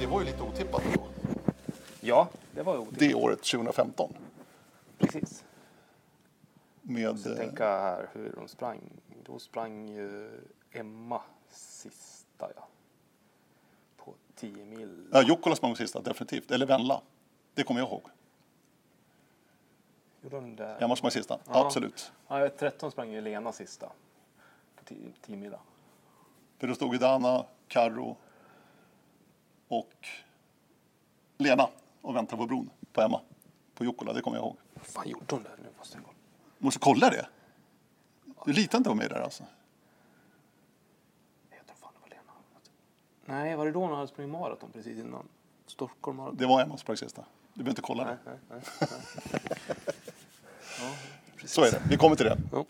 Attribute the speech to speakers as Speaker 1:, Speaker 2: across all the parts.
Speaker 1: det var ju lite otippat då.
Speaker 2: Ja, det var otippat.
Speaker 1: Det året 2015.
Speaker 2: Precis.
Speaker 1: Med...
Speaker 2: Så tänka här hur de sprang. Då sprang ju Emma sista, ja. På 10 mil.
Speaker 1: Ja, Jukkola sprang sista, definitivt. Eller Venla. Det kommer jag ihåg.
Speaker 2: Gjorde hon det?
Speaker 1: Emma sprang sista,
Speaker 2: Ja.
Speaker 1: absolut.
Speaker 2: Ja, 13 sprang ju Lena sista. På 10 mil.
Speaker 1: För då stod ju Dana, Karro och Lena och väntade på bron på Emma. På Jukkola, det kommer jag ihåg.
Speaker 2: Vad fan gjorde hon där? Nu måste jag kolla.
Speaker 1: Måste kolla det. Du litar inte på mig där alltså.
Speaker 2: Jag tror fan det var Lena. Nej, var det då hon hade sprungit maraton precis innan? Stockholm maraton.
Speaker 1: Det var Emma som sprang sista. Du behöver inte kolla det.
Speaker 2: Nej. Ja, precis.
Speaker 1: Så är det, vi kommer till det.
Speaker 2: Ja.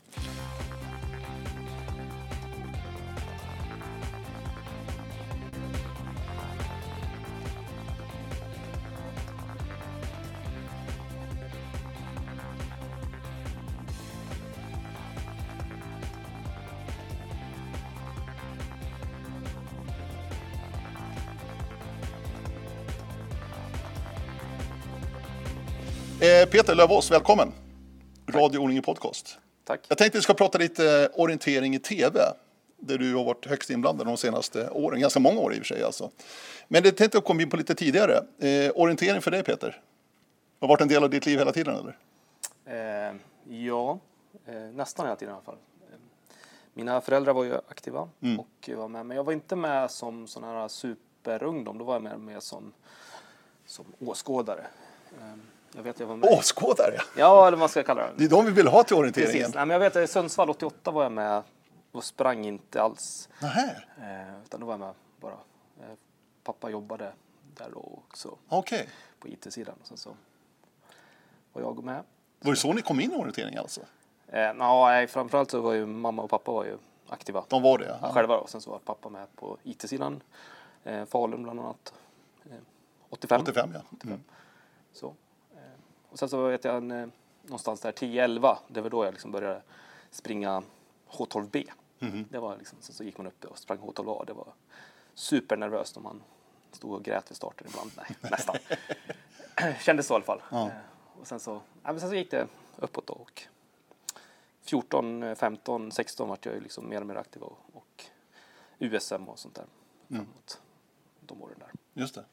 Speaker 1: Peter Lövås, välkommen. Radio Orninge podcast.
Speaker 2: Tack.
Speaker 1: Jag tänkte att vi ska prata lite orientering i tv. Där du har varit högst inblandad de senaste åren. Ganska många år i och för sig alltså. Men det tänkte jag komma in på lite tidigare. Orientering för dig Peter. Har varit en del av ditt liv hela tiden eller?
Speaker 2: Ja, nästan hela tiden i alla fall. Mina föräldrar var ju aktiva och var med. Men jag var inte med som sån här superungdom. Då var jag med som åskådare. Jag var med.
Speaker 1: Åskådare?
Speaker 2: Ja, eller vad man ska kalla det.
Speaker 1: Det är de vi vill ha till orienteringen.
Speaker 2: Precis. Nej, men jag vet att i Sundsvall 88 var jag med och sprang inte alls.
Speaker 1: Nähä.
Speaker 2: Utan då var jag med bara. Pappa jobbade där då också.
Speaker 1: Okej.
Speaker 2: På IT-sidan. Och sen så var jag med.
Speaker 1: Var det så ni kom in i orientering alltså?
Speaker 2: Nej, framförallt så var ju mamma och pappa var ju aktiva.
Speaker 1: De var det? Ja.
Speaker 2: Själva då. Sen så var pappa med på IT-sidan. Falun bland annat. 85.
Speaker 1: 85 ja. Mm.
Speaker 2: Så. Och sen så vet jag någonstans där 10-11. Det var då jag liksom började springa H12B. Det var liksom, sen så gick man upp och sprang H12A. Det var supernervöst om man stod och grät vid starten ibland. Nej, nästan. Kändes så i alla fall.
Speaker 1: Ja.
Speaker 2: Och sen så gick det uppåt då. Och 14, 15, 16 var jag ju liksom mer och mer aktiv och USM och sånt där. Framåt de åren där.
Speaker 1: Just det.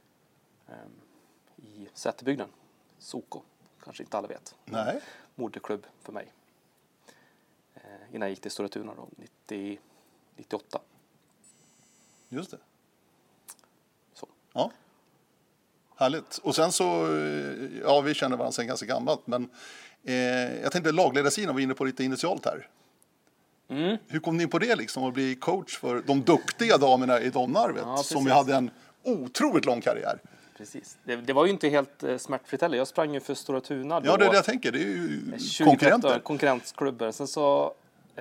Speaker 2: I Säterbygden. Soko. Kanske inte alla vet.
Speaker 1: Nej.
Speaker 2: Moderklubb för mig. Innan jag gick till Stora Tuna då, 98.
Speaker 1: Just det.
Speaker 2: Så.
Speaker 1: Ja. Härligt. Och sen så, ja vi känner varandra sedan ganska gammalt. Men jag tänkte lagledarsidan var inne på lite initialt här. Hur kom ni in på det liksom? Att bli coach för de duktiga damerna i Domnarvet.
Speaker 2: Ja,
Speaker 1: som ju hade en otroligt lång karriär.
Speaker 2: Precis. Det var ju inte helt smärtfritt heller. Jag sprang ju för Stora Tuna då.
Speaker 1: Ja, det är det jag tänker. Det är ju konkurrenter.
Speaker 2: Konkurrensklubbar. Sen så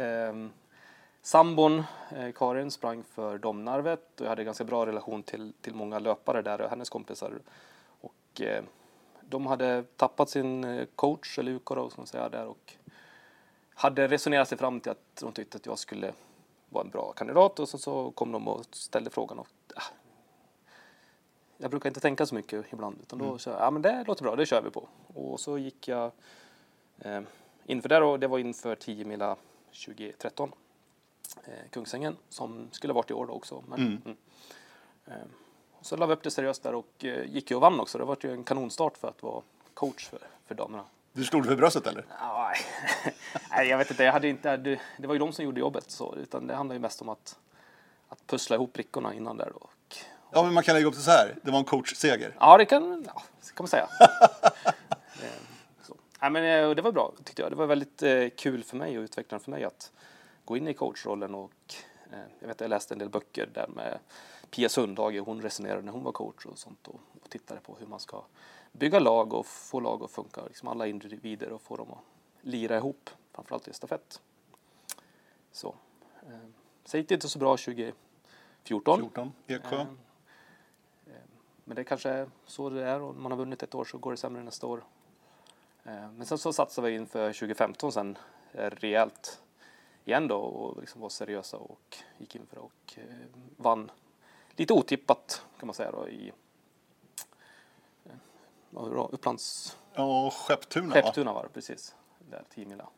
Speaker 2: sambon Karin sprang för Domnarvet. Och jag hade ganska bra relation till många löpare där och hennes kompisar. Och de hade tappat sin coach, eller UK då, ska man säga, där. Och hade resonerat sig fram till att de tyckte att jag skulle vara en bra kandidat. Och så kom de och ställde frågan. Och, jag brukar inte tänka så mycket ibland. Utan då sa jag, ja men det låter bra, det kör vi på. Och så gick jag inför det och det var inför 10 mila 2013. Kungsängen som skulle varit i år då också. Men, så la vi upp det seriöst där och gick ju och vann också. Det var ju en kanonstart för att vara coach för damerna.
Speaker 1: Du slog det för bröstet eller?
Speaker 2: Nej, jag vet inte. Det var ju de som gjorde jobbet. Så, utan det handlar ju mest om att pussla ihop brickorna innan där då.
Speaker 1: Ja, men man kan lägga upp det så här. Det var en coachseger.
Speaker 2: Ja, det kan man säga. Så. Nej, men det var bra tyckte jag. Det var väldigt kul för mig och utvecklande för mig att gå in i coachrollen. Och jag läste en del böcker där med Pia Sundhage. Hon resonerade när hon var coach och sånt. Och tittade på hur man ska bygga lag och få lag att funka. Liksom alla individer och få dem att lira ihop. Framförallt i stafett. Så gick det inte så bra 2014.
Speaker 1: Eksjö.
Speaker 2: Men det kanske är så det är. Och om man har vunnit ett år så går det sämre nästa år. Men sen så satsade vi in för 2015 sen rejält igen då. Och liksom var seriösa och gick in för det. Och vann lite otippat kan man säga då i Upplands...
Speaker 1: Ja,
Speaker 2: Skepptuna var det, precis. Där, 10 mila.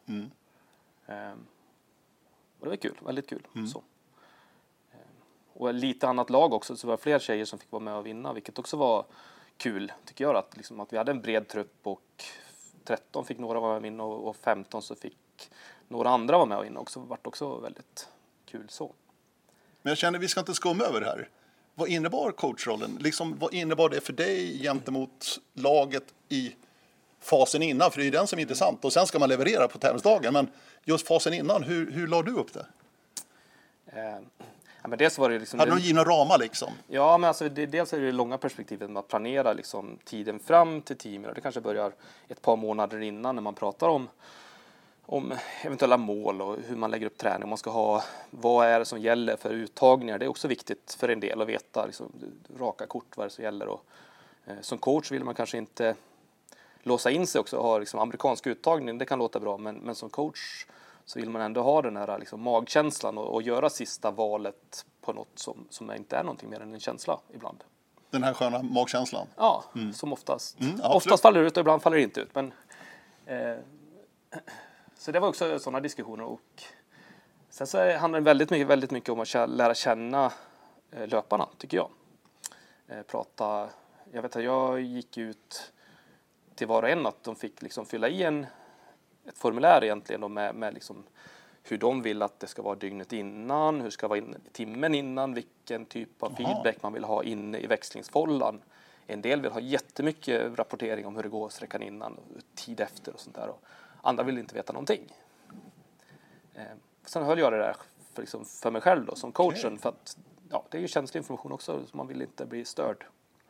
Speaker 2: Och det var kul, väldigt kul. Så. Och lite annat lag också, så var det fler tjejer som fick vara med och vinna, vilket också var kul, tycker jag. Att, liksom, att vi hade en bred trupp och 13 fick några vara med och vinna och 15 så fick några andra vara med och vinna också. Det var också väldigt kul så.
Speaker 1: Men jag känner att vi ska inte skumma över det här. Vad innebar coachrollen? Liksom, vad innebar det för dig gentemot laget i fasen innan? För det är den som är intressant. Och sen ska man leverera på tävlingsdagen. Men just fasen innan, hur la du upp det?
Speaker 2: Ja, men dels var det liksom...
Speaker 1: Hade du givna ramar liksom?
Speaker 2: Ja, men alltså dels är det långa perspektivet med att planera liksom, tiden fram till teamet. Det kanske börjar ett par månader innan när man pratar om eventuella mål och hur man lägger upp träning. Man ska ha, vad är det som gäller för uttagningar? Det är också viktigt för en del att veta liksom, raka kort vad det som gäller. Och, som coach vill man kanske inte låsa in sig också och ha liksom, amerikansk uttagning. Det kan låta bra, men som coach så vill man ändå ha den här liksom, magkänslan och göra sista valet på något som inte är någonting mer än en känsla ibland.
Speaker 1: Den här sköna magkänslan?
Speaker 2: Ja, som oftast. Oftast faller det ut och ibland faller det inte ut. Men, så det var också sådana diskussioner. Och sen så handlar det väldigt mycket om att lära känna löparna, tycker jag. Jag vet att jag gick ut till var och en att de fick liksom fylla i ett formulär egentligen då med liksom hur de vill att det ska vara dygnet innan, hur ska det vara timmen innan, vilken typ av feedback man vill ha inne i växlingsfållan. En del vill ha jättemycket rapportering om hur det går sträckan innan och tid efter och sånt där. Och andra vill inte veta någonting. Sen höll jag det där för mig själv då, som coachen. För att det är ju känslig information också, så man vill inte bli störd.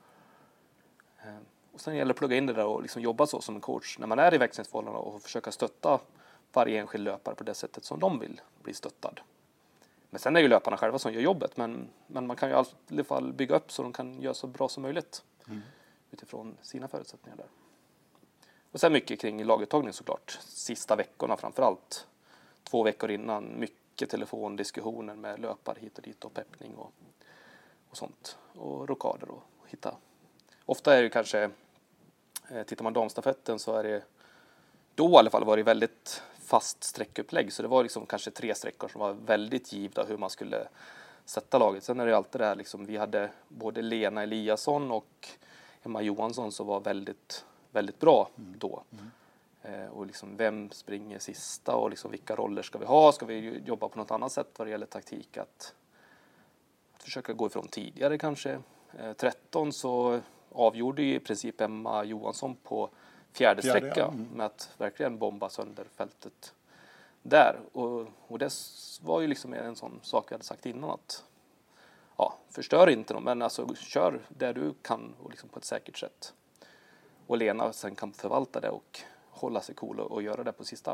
Speaker 2: Och sen gäller det att plugga in det där och liksom jobba så som en coach när man är i växlingsfållan och försöka stötta varje enskild löpare på det sättet som de vill bli stöttad. Men sen är det ju löparna själva som gör jobbet, men man kan ju i alla fall bygga upp så de kan göra så bra som möjligt utifrån sina förutsättningar där. Och sen mycket kring laguttagning såklart. Sista veckorna framförallt. 2 veckor innan, mycket telefondiskussioner med löpare hit och dit och peppning och sånt. Och rockader och hitta. Ofta är det kanske, tittar man damstafetten så är det då i alla fall var det väldigt fast sträckupplägg. Så det var liksom kanske 3 sträckor som var väldigt givna hur man skulle sätta laget. Sen är det alltid det här liksom, vi hade både Lena Eliasson och Emma Johansson som var väldigt, väldigt bra då. Och liksom vem springer sista och liksom vilka roller ska vi ha? Ska vi jobba på något annat sätt vad det gäller taktik? Att försöka gå ifrån tidigare kanske. 13 så avgjorde ju i princip Emma Johansson på 4:e sträckan med att verkligen bomba sönder fältet där. Och det var ju liksom en sån sak jag hade sagt innan att förstör inte dem, men alltså kör där du kan och liksom på ett säkert sätt. Och Lena sen kan förvalta det och hålla sig cool och göra det på sista.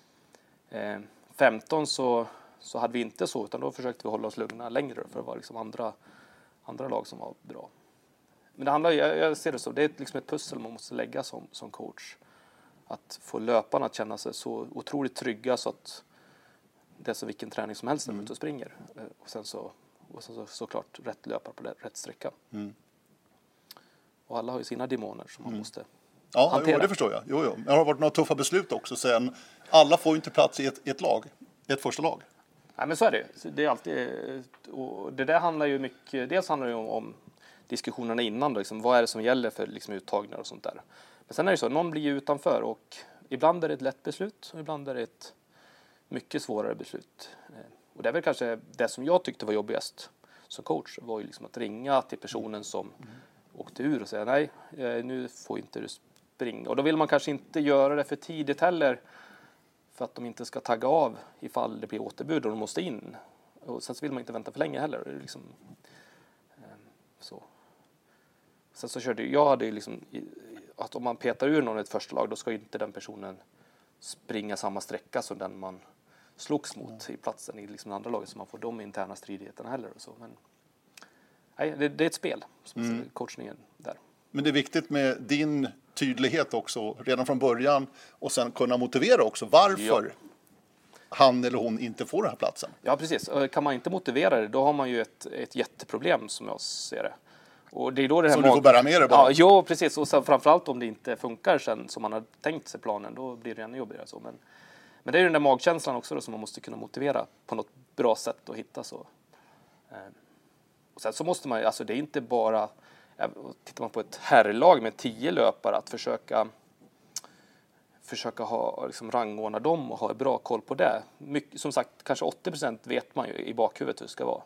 Speaker 2: 15 så hade vi inte så, utan då försökte vi hålla oss lugna längre för det var liksom andra lag som var bra. Men det handlar, jag ser det så, det är liksom ett pussel man måste lägga som coach. Att få löparna att känna sig så otroligt trygga så att det är så vilken träning som helst när de är ute och springer. Och sen såklart rätt löpare på rätt sträcka. Och alla har ju sina demoner som man måste hantera.
Speaker 1: Ja, det förstår jag. Jo. Det har varit några tuffa beslut också sen. Alla får ju inte plats i ett lag, ett första lag.
Speaker 2: Nej, men så är det. Det är alltid, och det där handlar ju mycket, dels handlar det ju om diskussionerna innan då, liksom, vad är det som gäller för liksom, uttagningar och sånt där. Men sen är det så, någon blir ju utanför och ibland är det ett lätt beslut och ibland är det ett mycket svårare beslut. Och det är väl kanske det som jag tyckte var jobbigast som coach var ju liksom att ringa till personen som åkte ur och säga nej, nu får inte du springa. Och då vill man kanske inte göra det för tidigt heller för att de inte ska tagga av ifall det blir återbud och de måste in. Och sen så vill man inte vänta för länge heller. Det är liksom, så. Sen så körde jag hade ju liksom att om man petar ur någon i ett första lag då ska inte den personen springa samma sträcka som den man slogs mot i platsen i liksom andra laget så man får de interna stridigheterna heller och så. Men nej, det är ett spel som coachningen där.
Speaker 1: Men det är viktigt med din tydlighet också redan från början och sen kunna motivera också varför han eller hon inte får den här platsen.
Speaker 2: Ja, precis. Kan man inte motivera det, då har man ju ett jätteproblem som jag ser det. Och det är då det här
Speaker 1: som du får bära med dig bara.
Speaker 2: Ja, precis. Och sen, framförallt om det inte funkar sen som man har tänkt sig planen, då blir det ännu jobbigare. Så. Men det är ju den där magkänslan också då, som man måste kunna motivera på något bra sätt och hitta så. Och sen så måste man ju, alltså det är inte bara, tittar man på ett herrlag med 10 löpare, att försöka ha, liksom, rangordna dem och ha bra koll på det. Som sagt, kanske 80% vet man ju i bakhuvudet hur det ska vara.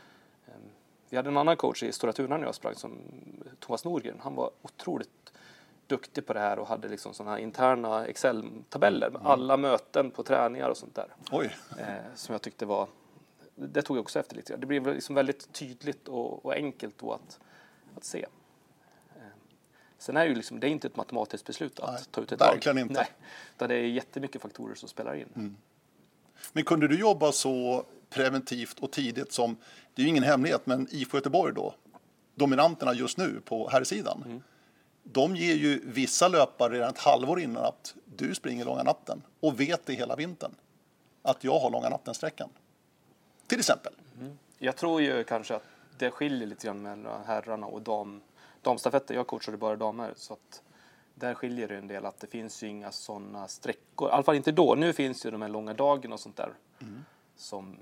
Speaker 2: Vi hade en annan coach i Stora Tunan när jag sprang, som Thomas Norgren. Han var otroligt duktig på det här och hade liksom såna här interna Excel-tabeller med alla möten på träningar och sånt där.
Speaker 1: Oj.
Speaker 2: Som jag tyckte var, det tog jag också efter lite. Det blev liksom väldigt tydligt och enkelt då att se. Sen är det ju liksom, det är inte ett matematiskt beslut att ta ut ett lag.
Speaker 1: Verkligen inte.
Speaker 2: Nej, utan det är jättemycket faktorer som spelar in.
Speaker 1: Mm. Men kunde du jobba så preventivt och tidigt som, det är ju ingen hemlighet, men IFK Göteborg då, dominanterna just nu på här sidan, de ger ju vissa löpare redan ett halvår innan att du springer långa natten och vet det hela vintern, att jag har långa natten-sträckan. Till exempel.
Speaker 2: Jag tror ju kanske att det skiljer lite grann mellan herrarna och damstafetter. Jag coachade bara damer, så att där skiljer det en del, att det finns ju inga sådana sträckor. I alla fall inte då. Nu finns ju de här långa dagarna och sånt där som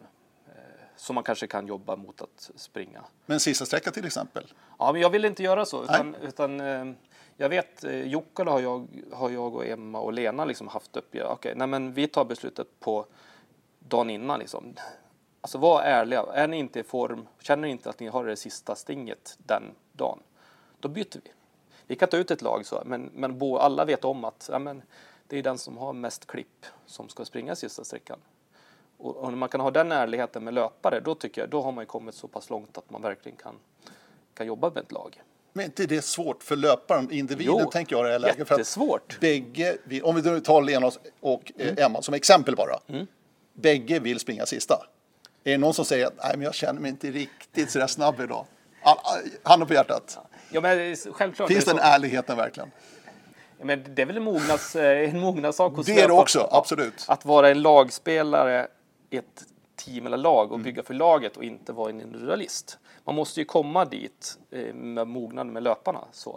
Speaker 2: man kanske kan jobba mot att springa.
Speaker 1: Men sista sträcka till exempel?
Speaker 2: Ja, men jag vill inte göra så. Utan jag vet, Jukka har jag och Emma och Lena liksom haft upp. Okej, nej, men vi tar beslutet på dagen innan liksom. Alltså var ärliga. Är ni inte i form, känner ni inte att ni har det sista stinget den dagen, då byter vi. Vi kan ta ut ett lag så, men alla vet om att det är den som har mest klipp som ska springa sista sträckan. Och när man kan ha den ärligheten med löpare, då tycker jag, då har man ju kommit så pass långt att man verkligen kan jobba med ett lag.
Speaker 1: Men inte det är svårt för löparen, individen, tänker jag i det här läget.
Speaker 2: Jättesvårt.
Speaker 1: Bägge, om vi tar Lena och Emma som exempel bara. Bägge vill springa sista. Är det någon som säger att nej, men jag känner mig inte riktigt så där snabb idag? Handen på hjärtat.
Speaker 2: Ja, men självklart.
Speaker 1: Finns den ärligheten verkligen?
Speaker 2: Ja, men det är väl en mognadssak hos
Speaker 1: det är det också, absolut.
Speaker 2: Att vara en lagspelare i ett team eller lag och bygga för laget och inte vara en individualist. Man måste ju komma dit med mognad med löparna. Så.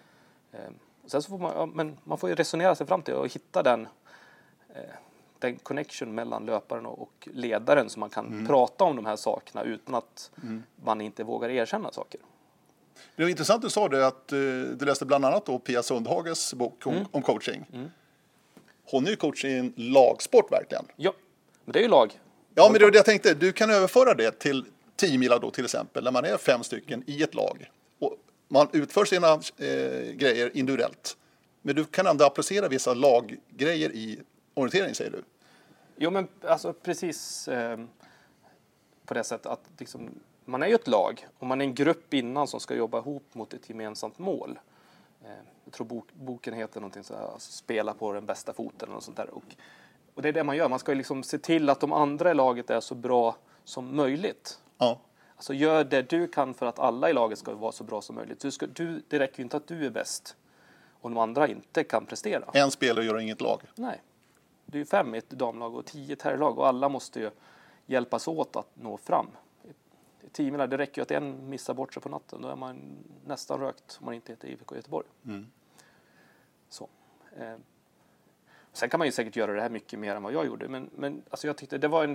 Speaker 2: Sen så får man får ju resonera sig fram till och hitta den connection mellan löparen och ledaren, så man kan prata om de här sakerna utan att man inte vågar erkänna saker.
Speaker 1: Det är intressant du sa det, att du läste bland annat då Pia Sundhages bok om coaching. Hon är ju coach i en lagsport verkligen.
Speaker 2: Ja, men det är ju lag.
Speaker 1: Ja, men det var det jag tänkte. Du kan överföra det till 10 mila då till exempel, när man är 5 stycken i ett lag. Och man utför sina grejer individuellt. Men du kan ändå applicera vissa laggrejer i orientering, säger du.
Speaker 2: Jo, men alltså precis på det sättet att liksom, man är ju ett lag och man är en grupp innan som ska jobba ihop mot ett gemensamt mål. Jag tror boken heter någonting så här, alltså, spela på den bästa foten och sånt där. Och det är det man gör. Man ska ju liksom se till att de andra i laget är så bra som möjligt.
Speaker 1: Ja.
Speaker 2: Alltså gör det du kan för att alla i laget ska vara så bra som möjligt. Det räcker ju inte att du är bäst och de andra inte kan prestera.
Speaker 1: En spelare gör inget lag.
Speaker 2: Nej. Det är ju 5 i ett damlag och 10 i ett herrlag och alla måste ju hjälpas åt att nå fram. I 10 mil, det räcker ju att en missar bort sig på natten. Då är man nästan rökt om man inte heter IFK Göteborg. Så. Sen kan man ju säkert göra det här mycket mer än vad jag gjorde. Men alltså jag tyckte det var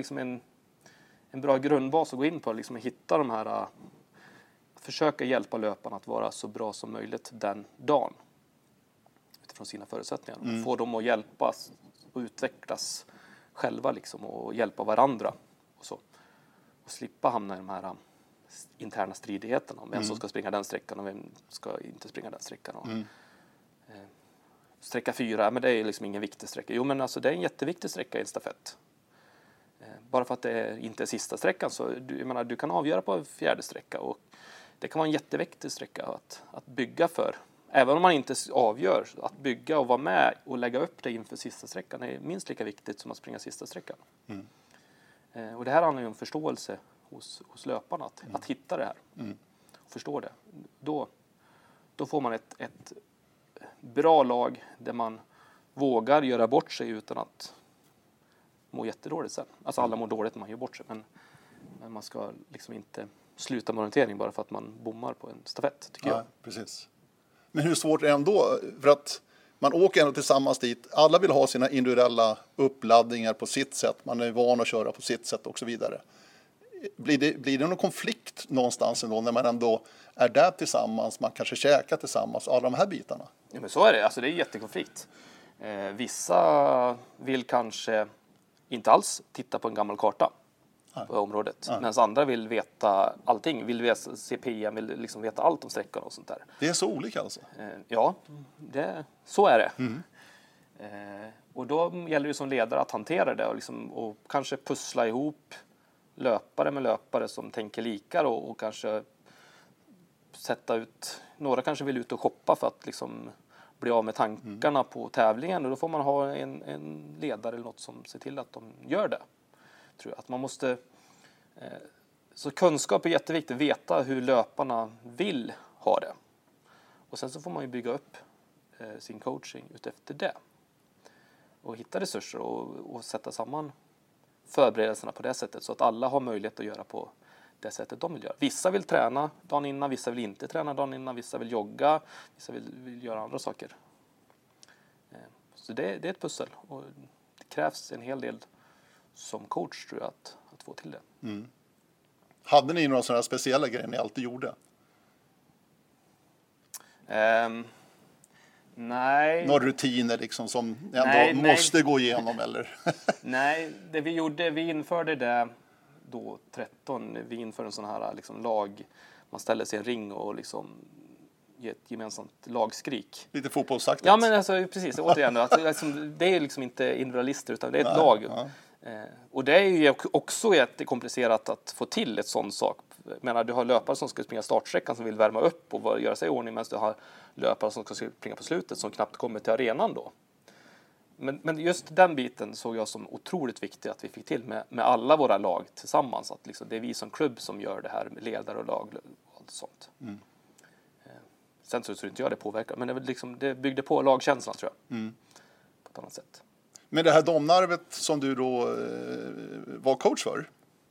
Speaker 2: en bra grundbas att gå in på. Liksom att hitta de här, försöka hjälpa löparna att vara så bra som möjligt den dagen. Utifrån sina förutsättningar. Få dem att hjälpas och utvecklas själva liksom, och hjälpa varandra. Och så. Och slippa hamna i de här interna stridigheterna. Om vem som ska springa den sträckan och vem ska inte springa den sträckan. Och, sträcka 4, men det är liksom ingen viktig sträcka. Jo, men alltså det är en jätteviktig sträcka i en stafett. Bara för att det inte är sista sträckan så du kan avgöra på en 4:e sträcka. Och det kan vara en jätteviktig sträcka att bygga för. Även om man inte avgör, att bygga och vara med och lägga upp det inför sista sträckan är minst lika viktigt som att springa sista sträckan. Och det här handlar ju om förståelse hos löparna, att hitta det här. Och förstå det. Då får man ett bra lag där man vågar göra bort sig utan att må jättedåligt sen. Alltså alla mår dåligt när man gör bort sig, men man ska liksom inte sluta med orientering bara för att man bommar på en stafett, tycker jag.
Speaker 1: Precis. Men hur svårt är det ändå? För att man åker ändå tillsammans dit. Alla vill ha sina individuella uppladdningar på sitt sätt. Man är van att köra på sitt sätt och så vidare. Blir det någon konflikt någonstans ändå när man ändå är där tillsammans, man kanske käkar tillsammans, alla de här bitarna?
Speaker 2: Ja, men så är det. Alltså det är jättekonflikt. Vissa vill kanske inte alls titta på en gammal karta på området. Medan andra vill veta allting. Vill se PM, vill liksom veta allt om sträckorna och sånt där.
Speaker 1: Det är så olika alltså?
Speaker 2: Ja, så är det. Och då gäller det som ledare att hantera det och kanske pussla ihop löpare med löpare som tänker lika och kanske sätta ut, några kanske vill ut och shoppa för att liksom bli av med tankarna på tävlingen, och då får man ha en ledare eller något som ser till att de gör det. Tror jag att man måste, så kunskap är jätteviktigt, veta hur löparna vill ha det, och sen så får man ju bygga upp sin coaching utefter det och hitta resurser och sätta samman förberedelserna på det sättet så att alla har möjlighet att göra på det sättet de vill göra. Vissa vill träna dagen innan, vissa vill inte träna dagen innan, vissa vill jogga, vissa vill göra andra saker. Så det är ett pussel, och det krävs en hel del som coach, tror jag, att få till det.
Speaker 1: Hade ni några sådana speciella grejer ni alltid gjorde?
Speaker 2: Nej.
Speaker 1: Några rutiner liksom som ni ändå måste gå igenom eller?
Speaker 2: Nej, det vi gjorde, vi införde det då 13, vi införde en sån här liksom lag, man ställer sig i en ring och liksom ger ett gemensamt lagskrik.
Speaker 1: Lite fotbollsaktigt.
Speaker 2: Ja, men alltså precis, återigen att det är liksom inte individualister utan det är ett lag. Och det är ju också jättekomplicerat att få till ett sån sak. Jag menar, du har löpare som ska springa startsträckan som vill värma upp och göra sig i ordning, medan du har löpare som ska springa på slutet som knappt kommer till arenan då. Men just den biten såg jag som otroligt viktig att vi fick till med alla våra lag tillsammans. Att liksom det är vi som klubb som gör det här med ledare och lag och allt sånt. Sen så tror inte jag det påverkar, men det byggde på lagkänslan, tror jag. På ett annat sätt.
Speaker 1: Men det här Domnarvet som du då var coach för,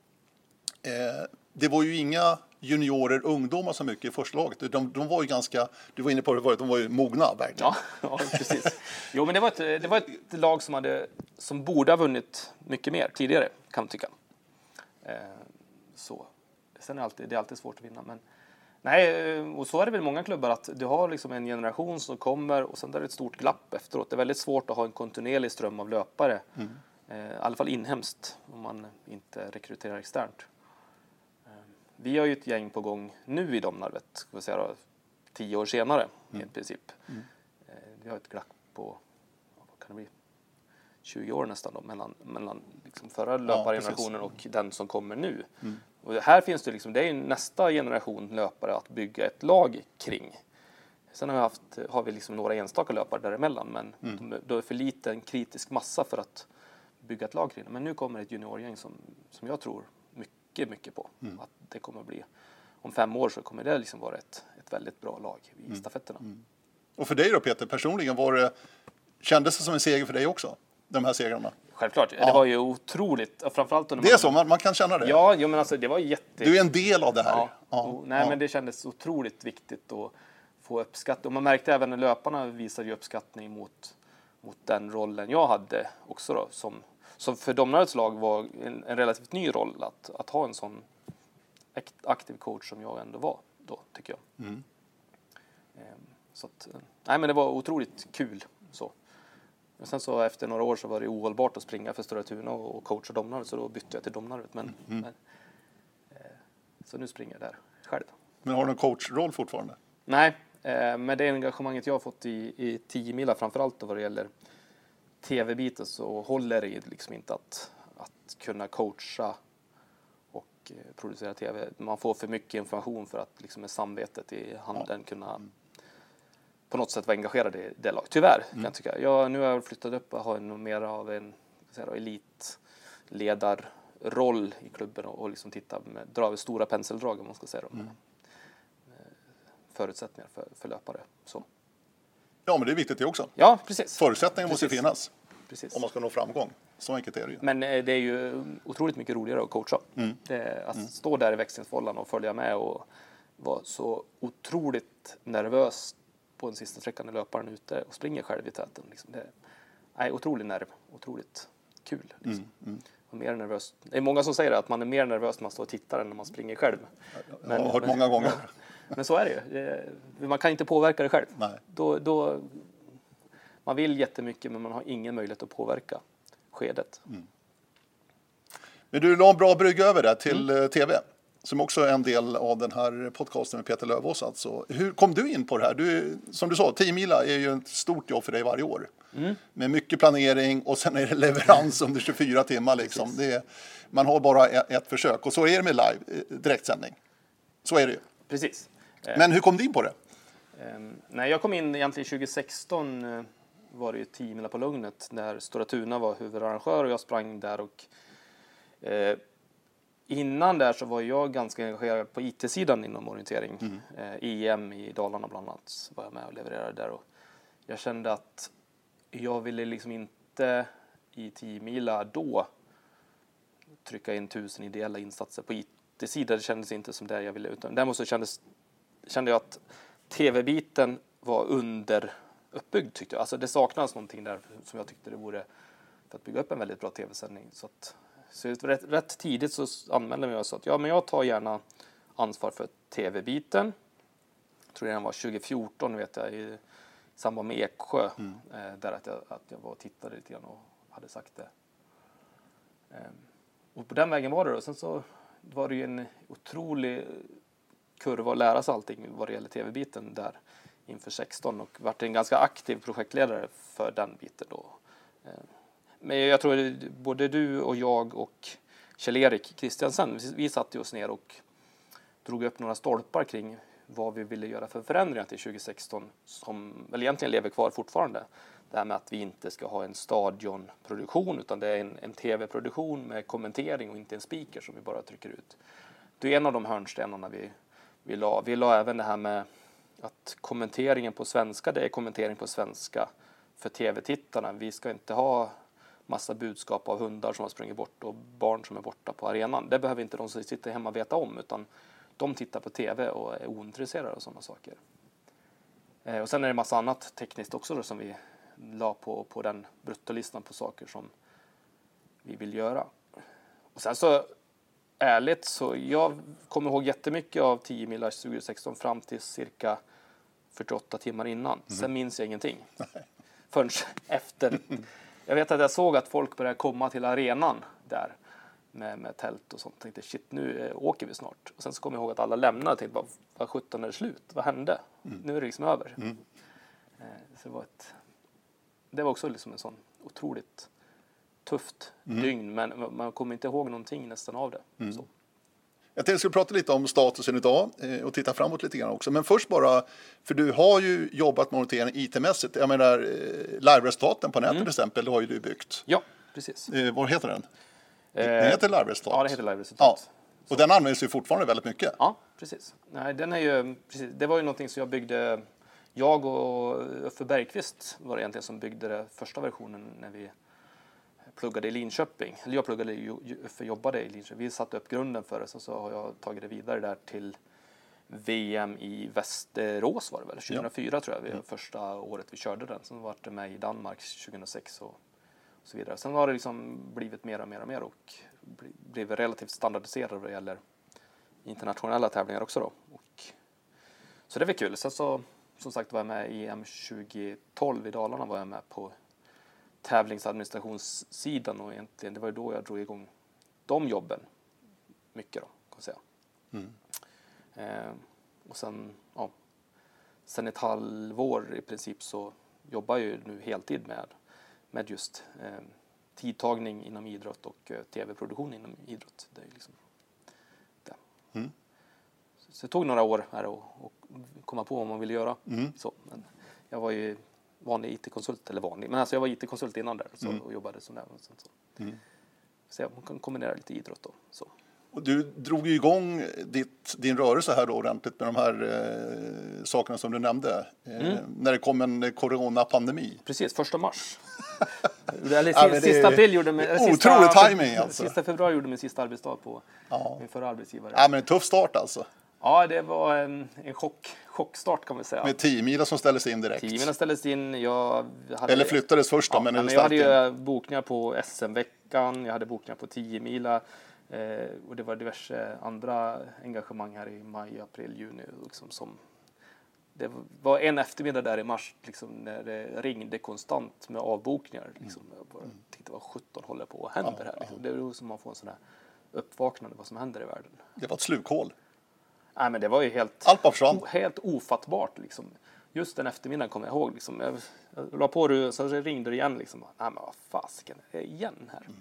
Speaker 1: det var ju inga juniorer, ungdomar så mycket i första laget. De var ju ganska, du var inne på det, de var ju mogna verkligen.
Speaker 2: Ja, precis. Jo, men det var ett lag som borde ha vunnit mycket mer tidigare, kan man tycka. Så. Sen är det alltid svårt att vinna, men nej, och så är det väl många klubbar att du har liksom en generation som kommer och sen är det ett stort glapp efteråt. Det är väldigt svårt att ha en kontinuerlig ström av löpare. I alla fall inhemskt, om man inte rekryterar externt. Vi har ju ett gäng på gång nu i Domnarvet, ska vi säga då, 10 år senare i princip. Vi har ett glapp på, vad kan det bli, 20 år nästan då, mellan liksom förra löpargenerationen och den som kommer nu. Och här finns det liksom, det är ju nästa generation löpare att bygga ett lag kring. Sen har vi liksom några enstaka löpare däremellan, men då är för liten kritisk massa för att bygga ett lag kring det. Men nu kommer ett juniorgäng som jag tror mycket på. Att det kommer att bli, om 5 år så kommer det liksom vara ett väldigt bra lag i stafetterna.
Speaker 1: Och för dig då, Peter, personligen, kändes det som en seger för dig också, de här segrarna?
Speaker 2: Självklart, det var ju otroligt, framförallt
Speaker 1: det är så, man kan känna det.
Speaker 2: Ja, men alltså det var
Speaker 1: Du är en del av det här.
Speaker 2: Men det kändes otroligt viktigt att få uppskattning. Och man märkte även när löparna visade ju uppskattning mot den rollen jag hade också då, som för Domnarvets lag var en relativt ny roll att ha en sån aktiv coach som jag ändå var då, tycker jag. Så att, nej, men det var otroligt kul så. Och sen så efter några år så var det ohållbart att springa för Stora Tuna och coacha Domnarvet, så då bytte jag till Domnarvet. Så nu springer jag där själv.
Speaker 1: Men har du en coachroll fortfarande?
Speaker 2: Nej, med det engagemanget jag har fått i 10 mila framförallt då vad det gäller tv-biten, så håller det liksom inte att kunna coacha och producera tv. Man får för mycket information för att liksom med samvetet i handen kunna på något sätt vara engagerad i det lag. Tyvärr, kan jag tycka. Nu har jag flyttat upp och har mer av en elitledarroll i klubben och liksom dra stora penseldrag, om man ska säga med förutsättningar för löpare. Så.
Speaker 1: Ja, men det är viktigt det också.
Speaker 2: Ja, precis.
Speaker 1: Förutsättningar måste finnas.
Speaker 2: precis.
Speaker 1: Om man ska nå framgång. Så enkelt är det ju.
Speaker 2: Men det är ju otroligt mycket roligare att coacha. Att stå där i växlingsfållan och följa med och vara så otroligt nervös på den sista sträckan i löparen ute och springer själv i täten. Liksom. Det är otrolig nerv, otroligt kul. Liksom. Och mer nervös. Det är många som säger att man är mer nervös när man står och tittar än när man springer själv.
Speaker 1: Jag har hört många gånger.
Speaker 2: Men så är det ju. Man kan inte påverka det själv.
Speaker 1: Nej.
Speaker 2: Då, man vill jättemycket men man har ingen möjlighet att påverka skedet.
Speaker 1: Men du la en bra brygga över det till tv. Som också är en del av den här podcasten med Peter Lövås. Alltså. Hur kom du in på det här? Som du sa, 10 mila är ju ett stort jobb för dig varje år. Med mycket planering och sen är det leverans under 24 timmar. Liksom. Man har bara ett försök. Och så är det med live, direktsändning. Så är det ju.
Speaker 2: Precis.
Speaker 1: Men hur kom du in på det?
Speaker 2: Nej, jag kom in egentligen 2016 var det ju 10 mila på Lugnet där Stora Tuna var huvudarrangör och jag sprang där och innan där så var jag ganska engagerad på IT-sidan inom orientering. EM i Dalarna bland annat var jag med och levererade där och jag kände att jag ville liksom inte i 10 mila då trycka in 1000 ideella insatser på IT-sidan. Det kändes inte som det jag ville utan däremot så kände jag att tv-biten var underuppbyggd tyckte jag. Alltså det saknades någonting där som jag tyckte det vore för att bygga upp en väldigt bra tv-sändning. Så rätt tidigt så anmälde jag mig och sa att men jag tar gärna ansvar för tv-biten. Jag tror det var 2014 vet jag i samband med Eksjö där att jag var och tittade lite grann och hade sagt det. Och på den vägen var det då. Sen så var det ju en otrolig kurva att lära sig allting vad det gäller tv-biten där inför 16 och varit en ganska aktiv projektledare för den biten då. Men jag tror både du och jag och Kjell-Erik Kristiansen, vi satte oss ner och drog upp några stolpar kring vad vi ville göra för förändringar till 2016 som väl egentligen lever kvar fortfarande. Det här med att vi inte ska ha en stadionproduktion utan det är en tv-produktion med kommentering och inte en speaker som vi bara trycker ut. Det är en av de hörnstenarna vi la. Vi la även det här med att kommenteringen på svenska, det är kommentering på svenska för tv-tittarna. Vi ska inte ha massa budskap av hundar som har sprungit bort och barn som är borta på arenan. Det behöver inte de som sitter hemma veta om utan de tittar på tv och är ointresserade av sådana saker. Och sen är det en massa annat tekniskt också då, som vi la på den bruttolistan på saker som vi vill göra. Och sen så ärligt så jag kommer ihåg jättemycket av 10 mila 2016 fram till cirka 48 timmar innan. Sen minns jag ingenting. Förrän efter. Jag vet att jag såg att folk började komma till arenan där med tält och sånt. Jag tänkte shit, nu åker vi snart. Och sen så kom jag ihåg att alla lämnade och tänkte vad 17 är det slut? Vad hände? Nu är det liksom över. Så det var också liksom en sån otroligt tufft dygn. Men man kommer inte ihåg någonting nästan av det. Så.
Speaker 1: Jag tänkte att vi skulle prata lite om statusen idag och titta framåt lite grann också. Men först bara, för du har ju jobbat med orientering IT-mässigt. Jag menar, live-resultaten på nätet till exempel, det har ju du byggt.
Speaker 2: Ja, precis.
Speaker 1: Vad heter den? Den heter live-resultat.
Speaker 2: Ja, det heter live-resultat.
Speaker 1: Ja. Och den används ju fortfarande väldigt mycket.
Speaker 2: Ja, precis. Nej, den är ju, precis. Det var ju någonting som jag byggde. Jag och Uffe Bergqvist var det egentligen som byggde den första versionen när vi pluggade i Linköping. Eller jag pluggade, Uffe jobbade i Linköping. Vi satte upp grunden för det, så har jag tagit det vidare där till VM i Västerås var det väl, 2004 tror jag. Det var första året vi körde den. Sen var det med i Danmark 2006 och så vidare. Sen har det liksom blivit mer och blivit relativt standardiserad vad det gäller internationella tävlingar också då. Så det var kul. Sen så, som sagt, var jag med i EM 2012 i Dalarna, var jag med på tävlingsadministrationssidan och egentligen det var ju då jag drog igång de jobben mycket då, kan jag säga. Och sen ett halvår i princip så jobbar jag ju nu heltid med just tidtagning inom idrott och tv-produktion inom idrott. Det är liksom det. Så det tog några år här att komma på vad man ville göra. Så, men jag var ju vanlig IT-konsult, eller vanlig, men alltså jag var IT-konsult innan där och jobbade som där. Så jag kan kombinera lite idrott då. Så.
Speaker 1: Och du drog ju igång din rörelse här då ordentligt med de här sakerna som du nämnde. När det kom en coronapandemi.
Speaker 2: Precis, 1 mars. Eller sista april gjorde min...
Speaker 1: Otrolig timing alltså.
Speaker 2: Sista februari gjorde min sista arbetsdag på min förra arbetsgivare.
Speaker 1: Ja, men en tuff start alltså.
Speaker 2: Ja, det var en chockstart kan man säga.
Speaker 1: Med 10 mila som ställdes in direkt.
Speaker 2: 10 mila ställdes in.
Speaker 1: Eller flyttades först då,
Speaker 2: ja, men jag hade ju bokningar på SM-veckan. Jag hade bokningar på 10 mila. Och det var diverse andra engagemang här i maj, april, juni. Liksom, som det var en eftermiddag där i mars liksom, när det ringde konstant med avbokningar. Liksom. Jag bara tänkte, vad 17 håller på att hända här. Liksom. Det är ju som man får en sån här uppvaknande vad som händer i världen.
Speaker 1: Det var ett slukhål.
Speaker 2: Nej, men det var ju helt ofattbart. Liksom. Just den eftermiddagen kommer jag ihåg. Liksom. Jag la på det, så ringde det igen. Liksom. Nej, men vad fasiken, igen här.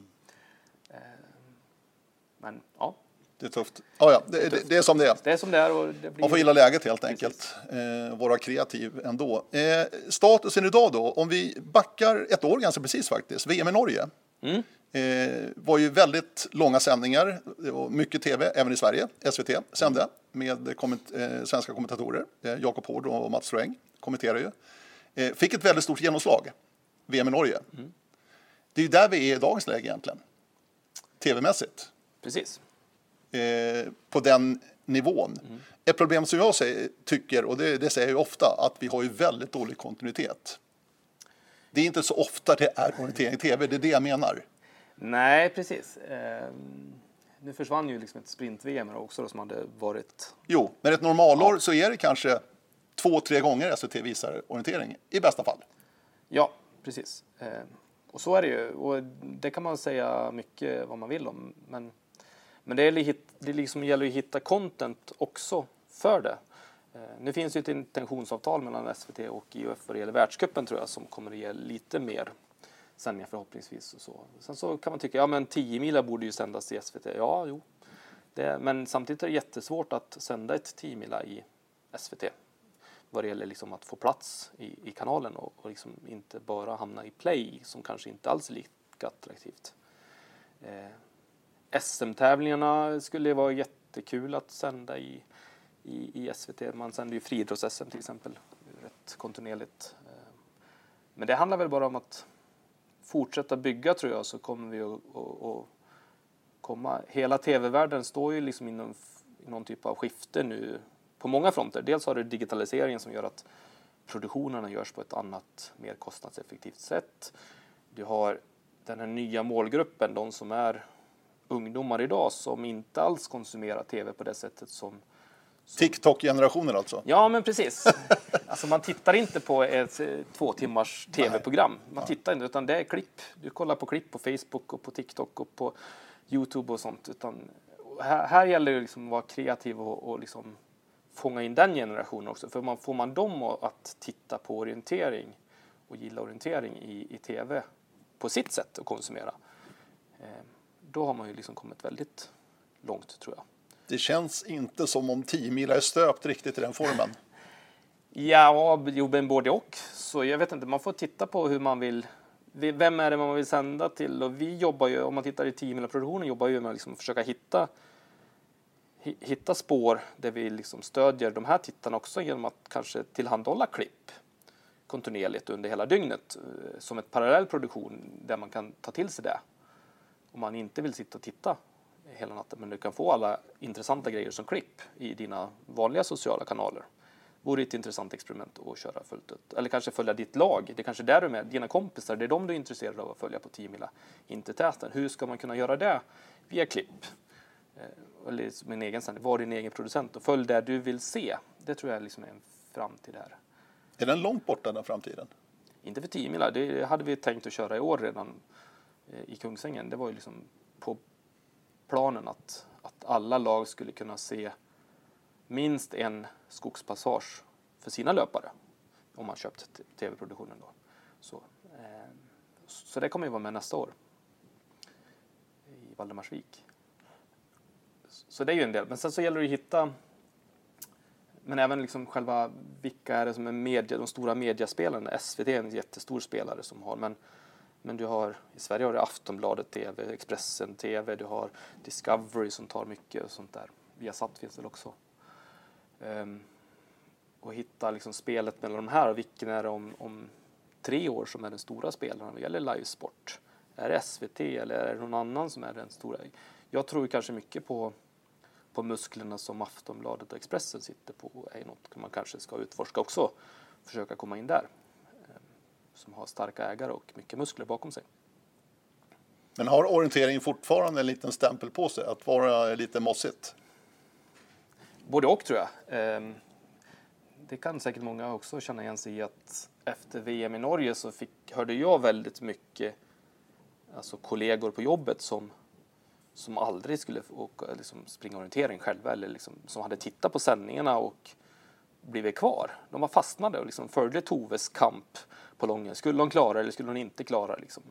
Speaker 2: Men ja.
Speaker 1: Det är tufft. Det är som det är.
Speaker 2: Det är som det är. Och det blir...
Speaker 1: Man får gilla läget helt enkelt. Vara kreativ ändå. Statusen idag då, om vi backar ett år ganska precis faktiskt. VM i Norge. Var ju väldigt långa sändningar och mycket tv, även i Sverige. SVT sände med svenska kommentatorer. Jakob Hård och Mats Sträng kommenterar ju. Fick ett väldigt stort genomslag, VM i Norge. Det är ju där vi är i dagens läge egentligen. TV-mässigt.
Speaker 2: Precis.
Speaker 1: På den nivån. Ett problem som jag tycker, och det säger jag ju ofta, att vi har ju väldigt dålig kontinuitet. Det är inte så ofta det är orientering i tv, det är det jag menar. Nej,
Speaker 2: precis. Nu försvann ju liksom ett sprint-VM också då, som hade varit...
Speaker 1: Jo, men ett normalår så är det kanske 2-3 gånger SVT visar orientering, i bästa fall.
Speaker 2: Ja, precis. Och så är det ju. Och det kan man säga mycket vad man vill om. Men det liksom gäller att hitta content också för det. Nu finns ju ett intentionsavtal mellan SVT och IOF vad det gäller världscupen tror jag, som kommer att ge lite mer sändningar förhoppningsvis. Och så. Sen så kan man tycka, ja men 10 mila borde ju sändas i SVT. Ja, jo. Men samtidigt är det jättesvårt att sända ett 10 mila i SVT. Vad det gäller liksom att få plats i kanalen och liksom inte bara hamna i play som kanske inte alls är lika attraktivt. SM-tävlingarna skulle vara jättekul att sända i SVT. Man sänder ju friidrotts-SM till exempel rätt kontinuerligt. Men det handlar väl bara om att fortsätta bygga tror jag, så kommer vi att komma. Hela tv-världen står ju liksom i någon typ av skifte nu på många fronter. Dels har du digitaliseringen som gör att produktionerna görs på ett annat, mer kostnadseffektivt sätt. Du har den här nya målgruppen, de som är ungdomar idag som inte alls konsumerar tv på det sättet som
Speaker 1: TikTok-generationen alltså?
Speaker 2: Ja, men precis. Alltså man tittar inte på ett 2 timmars tv-program. Man tittar inte, utan det är klipp. Du kollar på klipp på Facebook och på TikTok och på YouTube och sånt. Här gäller det liksom att vara kreativ och liksom fånga in den generationen också. För får man dem att titta på orientering och gilla orientering i tv på sitt sätt att konsumera, då har man ju liksom kommit väldigt långt tror jag.
Speaker 1: Det känns inte som om 10 mila är stöpt riktigt i den formen.
Speaker 2: Ja, men både och. Så jag vet inte, man får titta på hur man vill. Vem är det man vill sända till? Och vi jobbar ju, om man tittar i 10 mila-produktionen, jobbar ju med att liksom försöka hitta spår där vi liksom stödjer de här tittarna också genom att kanske tillhandahålla klipp kontinuerligt under hela dygnet som ett parallell produktion där man kan ta till sig det. Om man inte vill sitta och titta hela natten, men du kan få alla intressanta grejer som klipp i dina vanliga sociala kanaler. Vore ett intressant experiment att köra fullt ut. Eller kanske följa ditt lag. Det är kanske där du är med. Dina kompisar, det är de du är intresserad av att följa på 10 mila. Inte täten. Hur ska man kunna göra det via klipp? Eller som en egen sändning. Var din egen producent och följ det du vill se. Det tror jag liksom är en framtid här.
Speaker 1: Är den långt borta den framtiden?
Speaker 2: Inte för 10 mila. Det hade vi tänkt att köra i år redan i Kungsängen. Det var ju liksom på planen att alla lag skulle kunna se minst en skogspassage för sina löpare om man köpt tv-produktionen då. Så det kommer ju vara med nästa år i Valdemarsvik. Så det är ju en del. Men sen så gäller det att hitta, men även liksom själva vilka är det som är de stora mediaspelarna. SVT är en jättestor spelare som har, men du har, i Sverige har du Aftonbladet TV, Expressen TV, du har Discovery som tar mycket och sånt där. Viasat finns det också. Och hitta liksom spelet mellan de här och vilken är det om 3 år som är den stora spelaren vad gäller livesport? Är det SVT eller är det någon annan som är den stora? Jag tror kanske mycket på musklerna som Aftonbladet och Expressen sitter på är något man kanske ska utforska också. Försöka komma in där. Som har starka ägare och mycket muskler bakom sig.
Speaker 1: Men har orientering fortfarande en liten stämpel på sig att vara lite mossigt?
Speaker 2: Både och tror jag. Det kan säkert många också känna igen sig i att efter VM i Norge så hörde jag väldigt mycket alltså kollegor på jobbet som aldrig skulle liksom springa orientering själva eller liksom, som hade tittat på sändningarna och blivit kvar. De var fastnade och liksom följde Toves kamp på Lången. Skulle de klara eller skulle de inte klara? Liksom.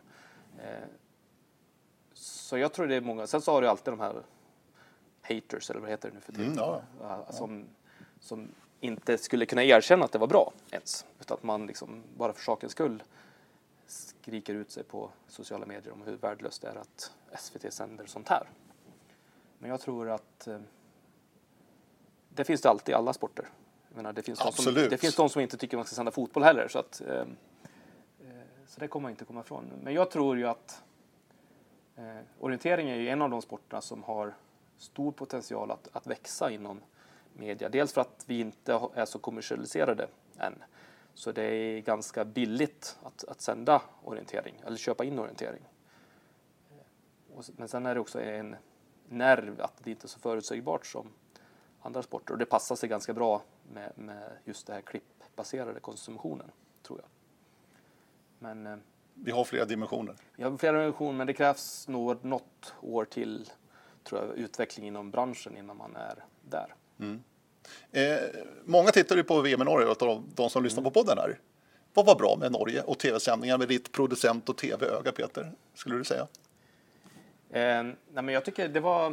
Speaker 2: Så jag tror det är många. Sen så har du alltid de här haters, eller vad heter det nu för tiden? Som inte skulle kunna erkänna att det var bra ens. Utan att man liksom bara för sakens skull skriker ut sig på sociala medier om hur värdelöst det är att SVT sänder sånt här. Men jag tror att det finns det alltid i alla sporter. Jag menar, det finns de som inte tycker man ska sända fotboll heller. Så det kommer man inte komma ifrån. Men jag tror ju att orientering är ju en av de sporterna som har stor potential att växa inom media. Dels för att vi inte är så kommersialiserade än. Så det är ganska billigt att sända orientering eller köpa in orientering. Men sen är det också en nerv att det inte är så förutsägbart som andra sporter. Och det passar sig ganska bra med just det här klippbaserade konsumtionen, tror jag. Men
Speaker 1: vi har flera dimensioner.
Speaker 2: Vi har flera dimensioner, men det krävs nog något år till, tror jag, utveckling inom branschen innan man är där.
Speaker 1: Mm. Många tittar ju på VM i Norge och de som lyssnar på podden här. Vad var bra med Norge och tv-sändningar med ditt producent- och tv-öga, Peter? Skulle du säga?
Speaker 2: Nej, men jag tycker det var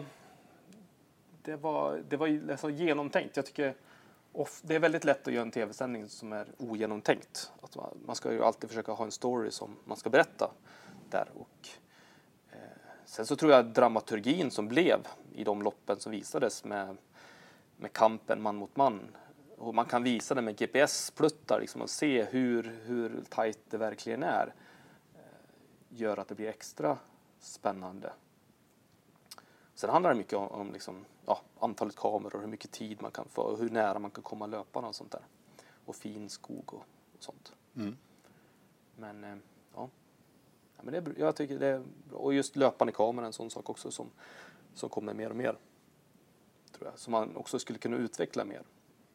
Speaker 2: alltså genomtänkt. Jag tycker det är väldigt lätt att göra en tv-sändning som är ogenomtänkt. Att man ska ju alltid försöka ha en story som man ska berätta där. Och sen så tror jag dramaturgin som blev i de loppen som visades med kampen man mot man. Och man kan visa det med GPS-pluttar liksom, och se hur tajt det verkligen är. Gör att det blir extra spännande. Sen handlar det mycket om liksom, antalet kameror, hur mycket tid man kan få och hur nära man kan komma löparna och sånt där. Och fin skog och sånt. Mm. Men men jag tycker det är bra. Och just löpande kameran, en sån sak också som kommer mer och mer. Tror jag. Som man också skulle kunna utveckla mer.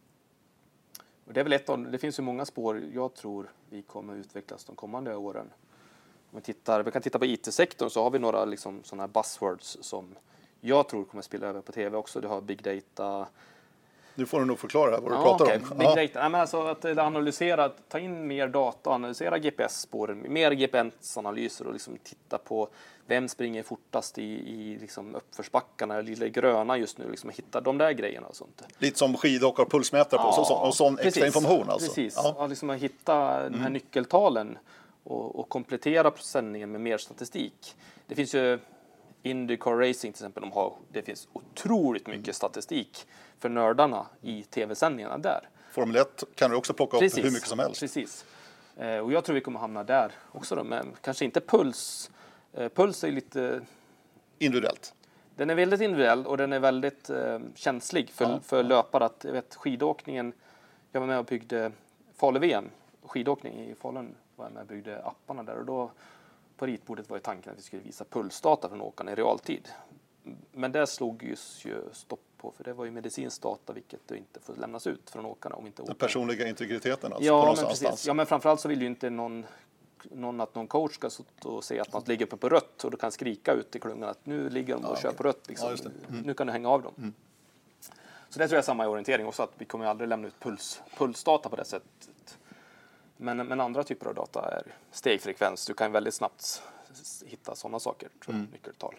Speaker 2: Och det är väl det finns ju många spår jag tror vi kommer utvecklas de kommande åren. Om vi kan titta på IT-sektorn så har vi några liksom sådana här buzzwords som jag tror kommer spela över på tv också. Du har big data.
Speaker 1: Nu får du nog förklara vad du pratar om.
Speaker 2: Big data. Nej, men alltså att ta in mer data, analysera GPS-spåren, mer GPS-analyser och liksom titta på vem springer fortast i liksom uppförsbackarna, lilla gröna just nu, liksom hitta de där grejerna och sånt.
Speaker 1: Lite som skidåkare och pulsmätare och sån extra information alltså.
Speaker 2: Precis, liksom att hitta de här nyckeltalen och komplettera sändningen med mer statistik. Det finns ju IndyCar Racing till exempel, det finns otroligt mycket statistik för nördarna i tv-sändningarna där.
Speaker 1: Formel 1 kan du också plocka upp hur mycket som helst.
Speaker 2: Precis. Och jag tror vi kommer hamna där också då, men kanske inte puls. Puls är lite
Speaker 1: individuellt.
Speaker 2: Den är väldigt individuell och den är väldigt känslig för löpare. Att, jag vet, skidåkningen, jag var med och byggde Falu-VM, skidåkning i Falun var jag med och byggde apparna där och då på ritbordet var ju tanken att vi skulle visa pulsdata från åkarna i realtid. Men det slog ju stopp på, för det var ju medicinsk data vilket du inte får lämnas ut från åkarna om inte åkarna.
Speaker 1: Den personliga integriteten alltså.
Speaker 2: Ja, men precis. Ja, men framförallt så vill ju inte någon coach ska och se att man ligger uppe på rött och du kan skrika ut i klungan att nu ligger de och kör på rött. Liksom. Nu kan du hänga av dem. Mm. Så det tror jag är samma i orientering också, att vi kommer aldrig lämna ut pulsdata på det sättet. Men andra typer av data är stegfrekvens. Du kan väldigt snabbt hitta sådana saker, tror jag, nyckeltal.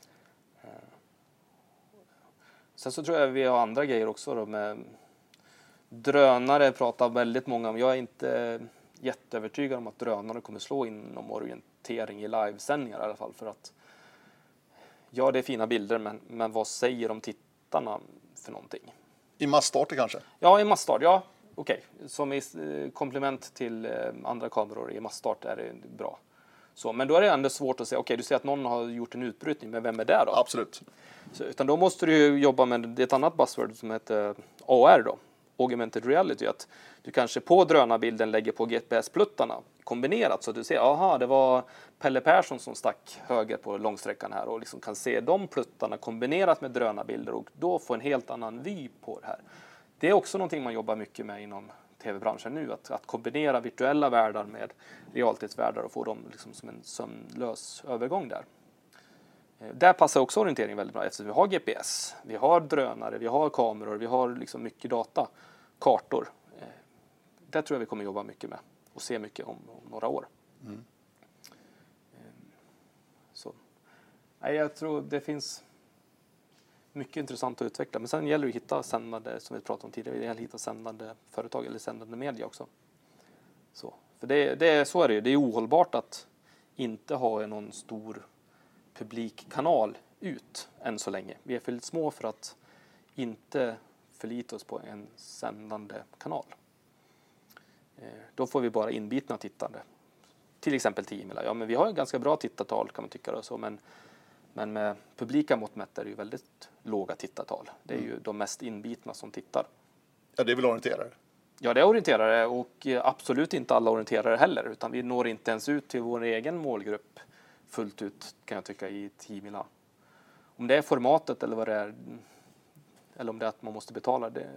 Speaker 2: Sen så tror jag vi har andra grejer också då, med drönare pratar väldigt många om. Jag är inte jätteövertygad om att drönare kommer slå inom orientering i livesändningar i alla fall. För att ja, det är fina bilder, men vad säger de tittarna för någonting?
Speaker 1: I massstarter kanske?
Speaker 2: Ja, i masstart, ja. okej. Som i komplement till andra kameror i massstart är det bra. Så, men då är det ändå svårt att säga, okej, du säger att någon har gjort en utbrytning, men vem är det då?
Speaker 1: Absolut.
Speaker 2: Så, utan då måste du ju jobba med ett annat buzzword som heter AR då. Augmented reality, att du kanske på drönarbilden lägger på GPS-pluttarna kombinerat, så du ser, aha, det var Pelle Persson som stack höger på långsträckan här, och liksom kan se de pluttarna kombinerat med drönarbilder och då få en helt annan vy på det här. Det är också någonting man jobbar mycket med inom tv-branschen nu, att kombinera virtuella världar med realtidsvärldar och få dem liksom som en sömlös övergång där. Där passar också orientering väldigt bra, eftersom vi har GPS, vi har drönare, vi har kameror, vi har liksom mycket data, kartor. Där tror jag vi kommer jobba mycket med och se mycket om några år. Mm. Så. Nej, jag tror det finns mycket intressant att utveckla, men sen gäller det att hitta sändande, som vi pratade om tidigare, det gäller att hitta sändande företag eller sändande media också. Så. För så är det ju, det är ohållbart att inte ha någon stor publikkanal ut än så länge. Vi är för lite små för att inte förlita oss på en sändande kanal. Då får vi bara inbitna tittande. Till exempel 10 mila. Ja, men vi har en ganska bra tittartal kan man tycka då, så, men med publika mått mätt är det ju väldigt låga tittartal. Det är ju de mest inbitna som tittar.
Speaker 1: Ja, det är väl orienterare?
Speaker 2: Ja, det är orienterare, och absolut inte alla orienterare heller, utan vi når inte ens ut till vår egen målgrupp fullt ut, kan jag tycka, i 10 mila. Om det är formatet eller vad det är, eller om det är att man måste betala, det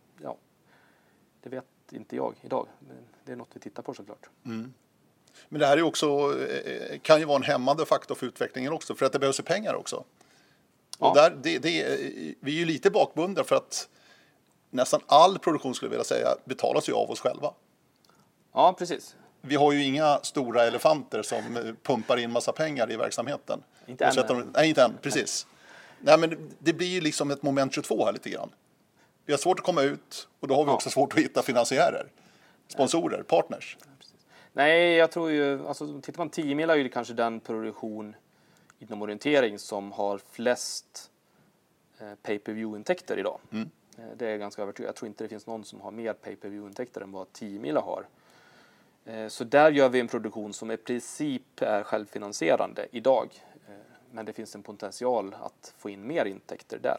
Speaker 2: vet inte jag idag. Men det är något vi tittar på såklart. Mm.
Speaker 1: Men det här är också, kan ju vara en hämmande faktor för utvecklingen också, för att det behövs ju pengar också. Ja. Och där, vi är ju lite bakbundna för att nästan all produktion, skulle jag vilja säga, betalas ju av oss själva.
Speaker 2: Ja, precis.
Speaker 1: Vi har ju inga stora elefanter som pumpar in massa pengar i verksamheten.
Speaker 2: Inte än.
Speaker 1: Nej, inte än, precis. Nej, men det blir ju liksom ett moment 22 här lite grann. Vi har svårt att komma ut, och då har vi också svårt att hitta finansiärer, sponsorer, partners.
Speaker 2: Nej, jag tror ju, alltså tittar man 10 mila är det kanske den produktion inom orientering som har flest pay-per-view-intäkter idag. Mm. Det är ganska övertygad. Jag tror inte det finns någon som har mer pay-per-view-intäkter än vad 10 mila har. Så där gör vi en produktion som i princip är självfinansierande idag. Men det finns en potential att få in mer intäkter där.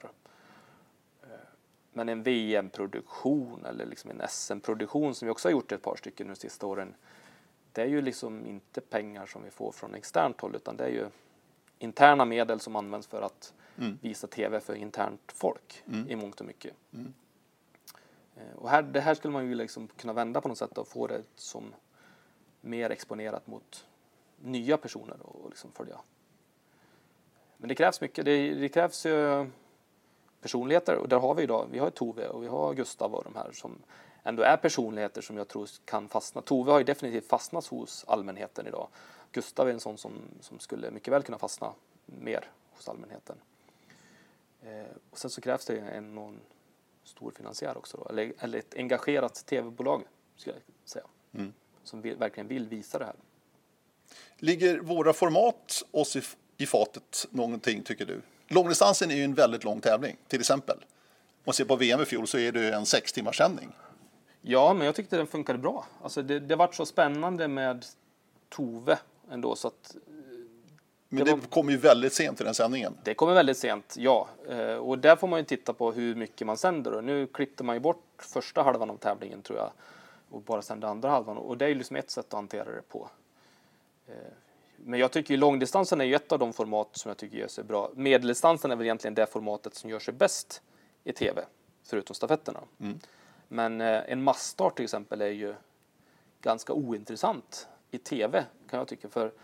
Speaker 2: Men en VM-produktion eller liksom en SM-produktion som vi också har gjort ett par stycken de sista åren, det är ju liksom inte pengar som vi får från externt håll, utan det är ju interna medel som används för att visa tv för internt folk i mångt och mycket. Mm. Och det här skulle man ju liksom kunna vända på något sätt och få det som mer exponerat mot nya personer och liksom följa. Men det krävs mycket. Det krävs ju personligheter, och där har vi idag. Vi har Tove och vi har Gustav och de här som ändå är personligheter som jag tror kan fastna. Tove har ju definitivt fastnat hos allmänheten idag. Gustav är en sån som skulle mycket väl kunna fastna mer hos allmänheten. Och sen så krävs det någon stor finansiär också då, eller ett engagerat tv-bolag, skulle jag säga, som verkligen vill visa det här.
Speaker 1: Ligger våra format oss i fatet någonting, tycker du? Långdistansen är ju en väldigt lång tävling, till exempel. Om man ser på VM i fjol så är det en 6 timmars sändning.
Speaker 2: Ja, men jag tyckte den funkade bra. Alltså det var så spännande med Tove ändå, så att...
Speaker 1: Men det kommer ju väldigt sent i den sändningen.
Speaker 2: Det kommer väldigt sent, ja. Och där får man ju titta på hur mycket man sänder. Och nu klippte man ju bort första halvan av tävlingen, tror jag, och bara sände andra halvan. Och det är ju liksom ett sätt att hantera det på. Men jag tycker ju långdistansen är ju ett av de format som jag tycker gör sig bra. Medeldistansen är väl egentligen det formatet som gör sig bäst i tv, förutom stafetterna. Mm. Men en massstart till exempel är ju ganska ointressant i tv, kan jag tycka. För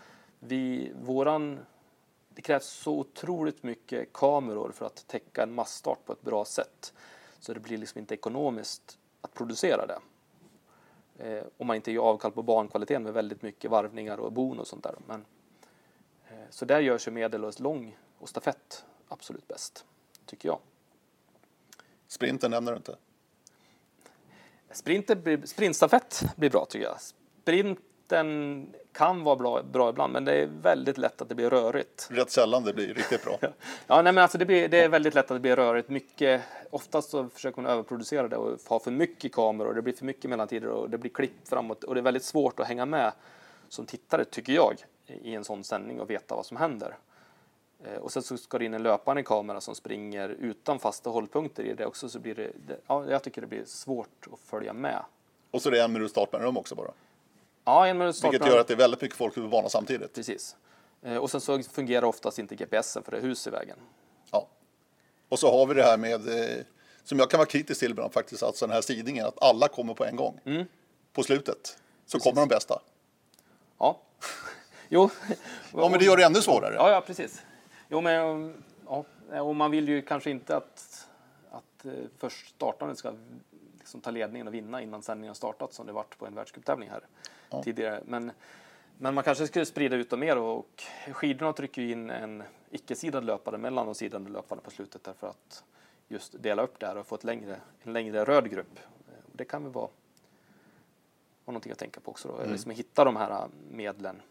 Speaker 2: det krävs så otroligt mycket kameror för att täcka en massstart på ett bra sätt. Så det blir liksom inte ekonomiskt att producera det. Om man inte gör avkall på bankvaliteten med väldigt mycket varvningar och bon och sånt där. Men, så där gör sig medel och lång och stafett absolut bäst, tycker jag.
Speaker 1: Sprinten nämner du inte?
Speaker 2: Sprintstafett blir bra, tycker jag. Sprint liten kan vara bra ibland, men det är väldigt lätt att det blir rörigt.
Speaker 1: Rätt sällan det blir riktigt bra.
Speaker 2: Ja, nej, men alltså det är väldigt lätt att det blir rörigt. Oftast så försöker man överproducera det och ha för mycket kameror och det blir för mycket mellantider och det blir klipp framåt och det är väldigt svårt att hänga med som tittare, tycker jag, i en sån sändning och veta vad som händer. Och sen så ska det in en löpande kamera som springer utan fasta hållpunkter i det också, så blir jag tycker det blir svårt att följa med.
Speaker 1: Och så är det 1 minut startmellanrum också bara.
Speaker 2: Ja, 1 minut startmellanrum.
Speaker 1: Vilket gör att det är väldigt mycket folk över banan samtidigt.
Speaker 2: Precis. Och sen så fungerar oftast inte GPSen för det är hus i vägen.
Speaker 1: Ja. Och så har vi det här med, som jag kan vara kritisk till ibland faktiskt, alltså den här sidningen, att alla kommer på en gång. På slutet. Så precis. Kommer de bästa.
Speaker 2: Ja. Jo.
Speaker 1: Ja, men det gör det ännu svårare.
Speaker 2: Ja, precis. Jo, men och man vill ju kanske inte att först startande ska liksom ta ledningen och vinna innan sändningen startat, som det varit på en världscuptävling här tidigare. Men man kanske skulle sprida ut dem mer, och skidorna trycker ju in en icke-sidad löpare mellan de sidade löparna på slutet därför att just dela upp det här och få en längre röd grupp. Det kan väl vara någonting att tänka på också då, liksom hitta de här medlen.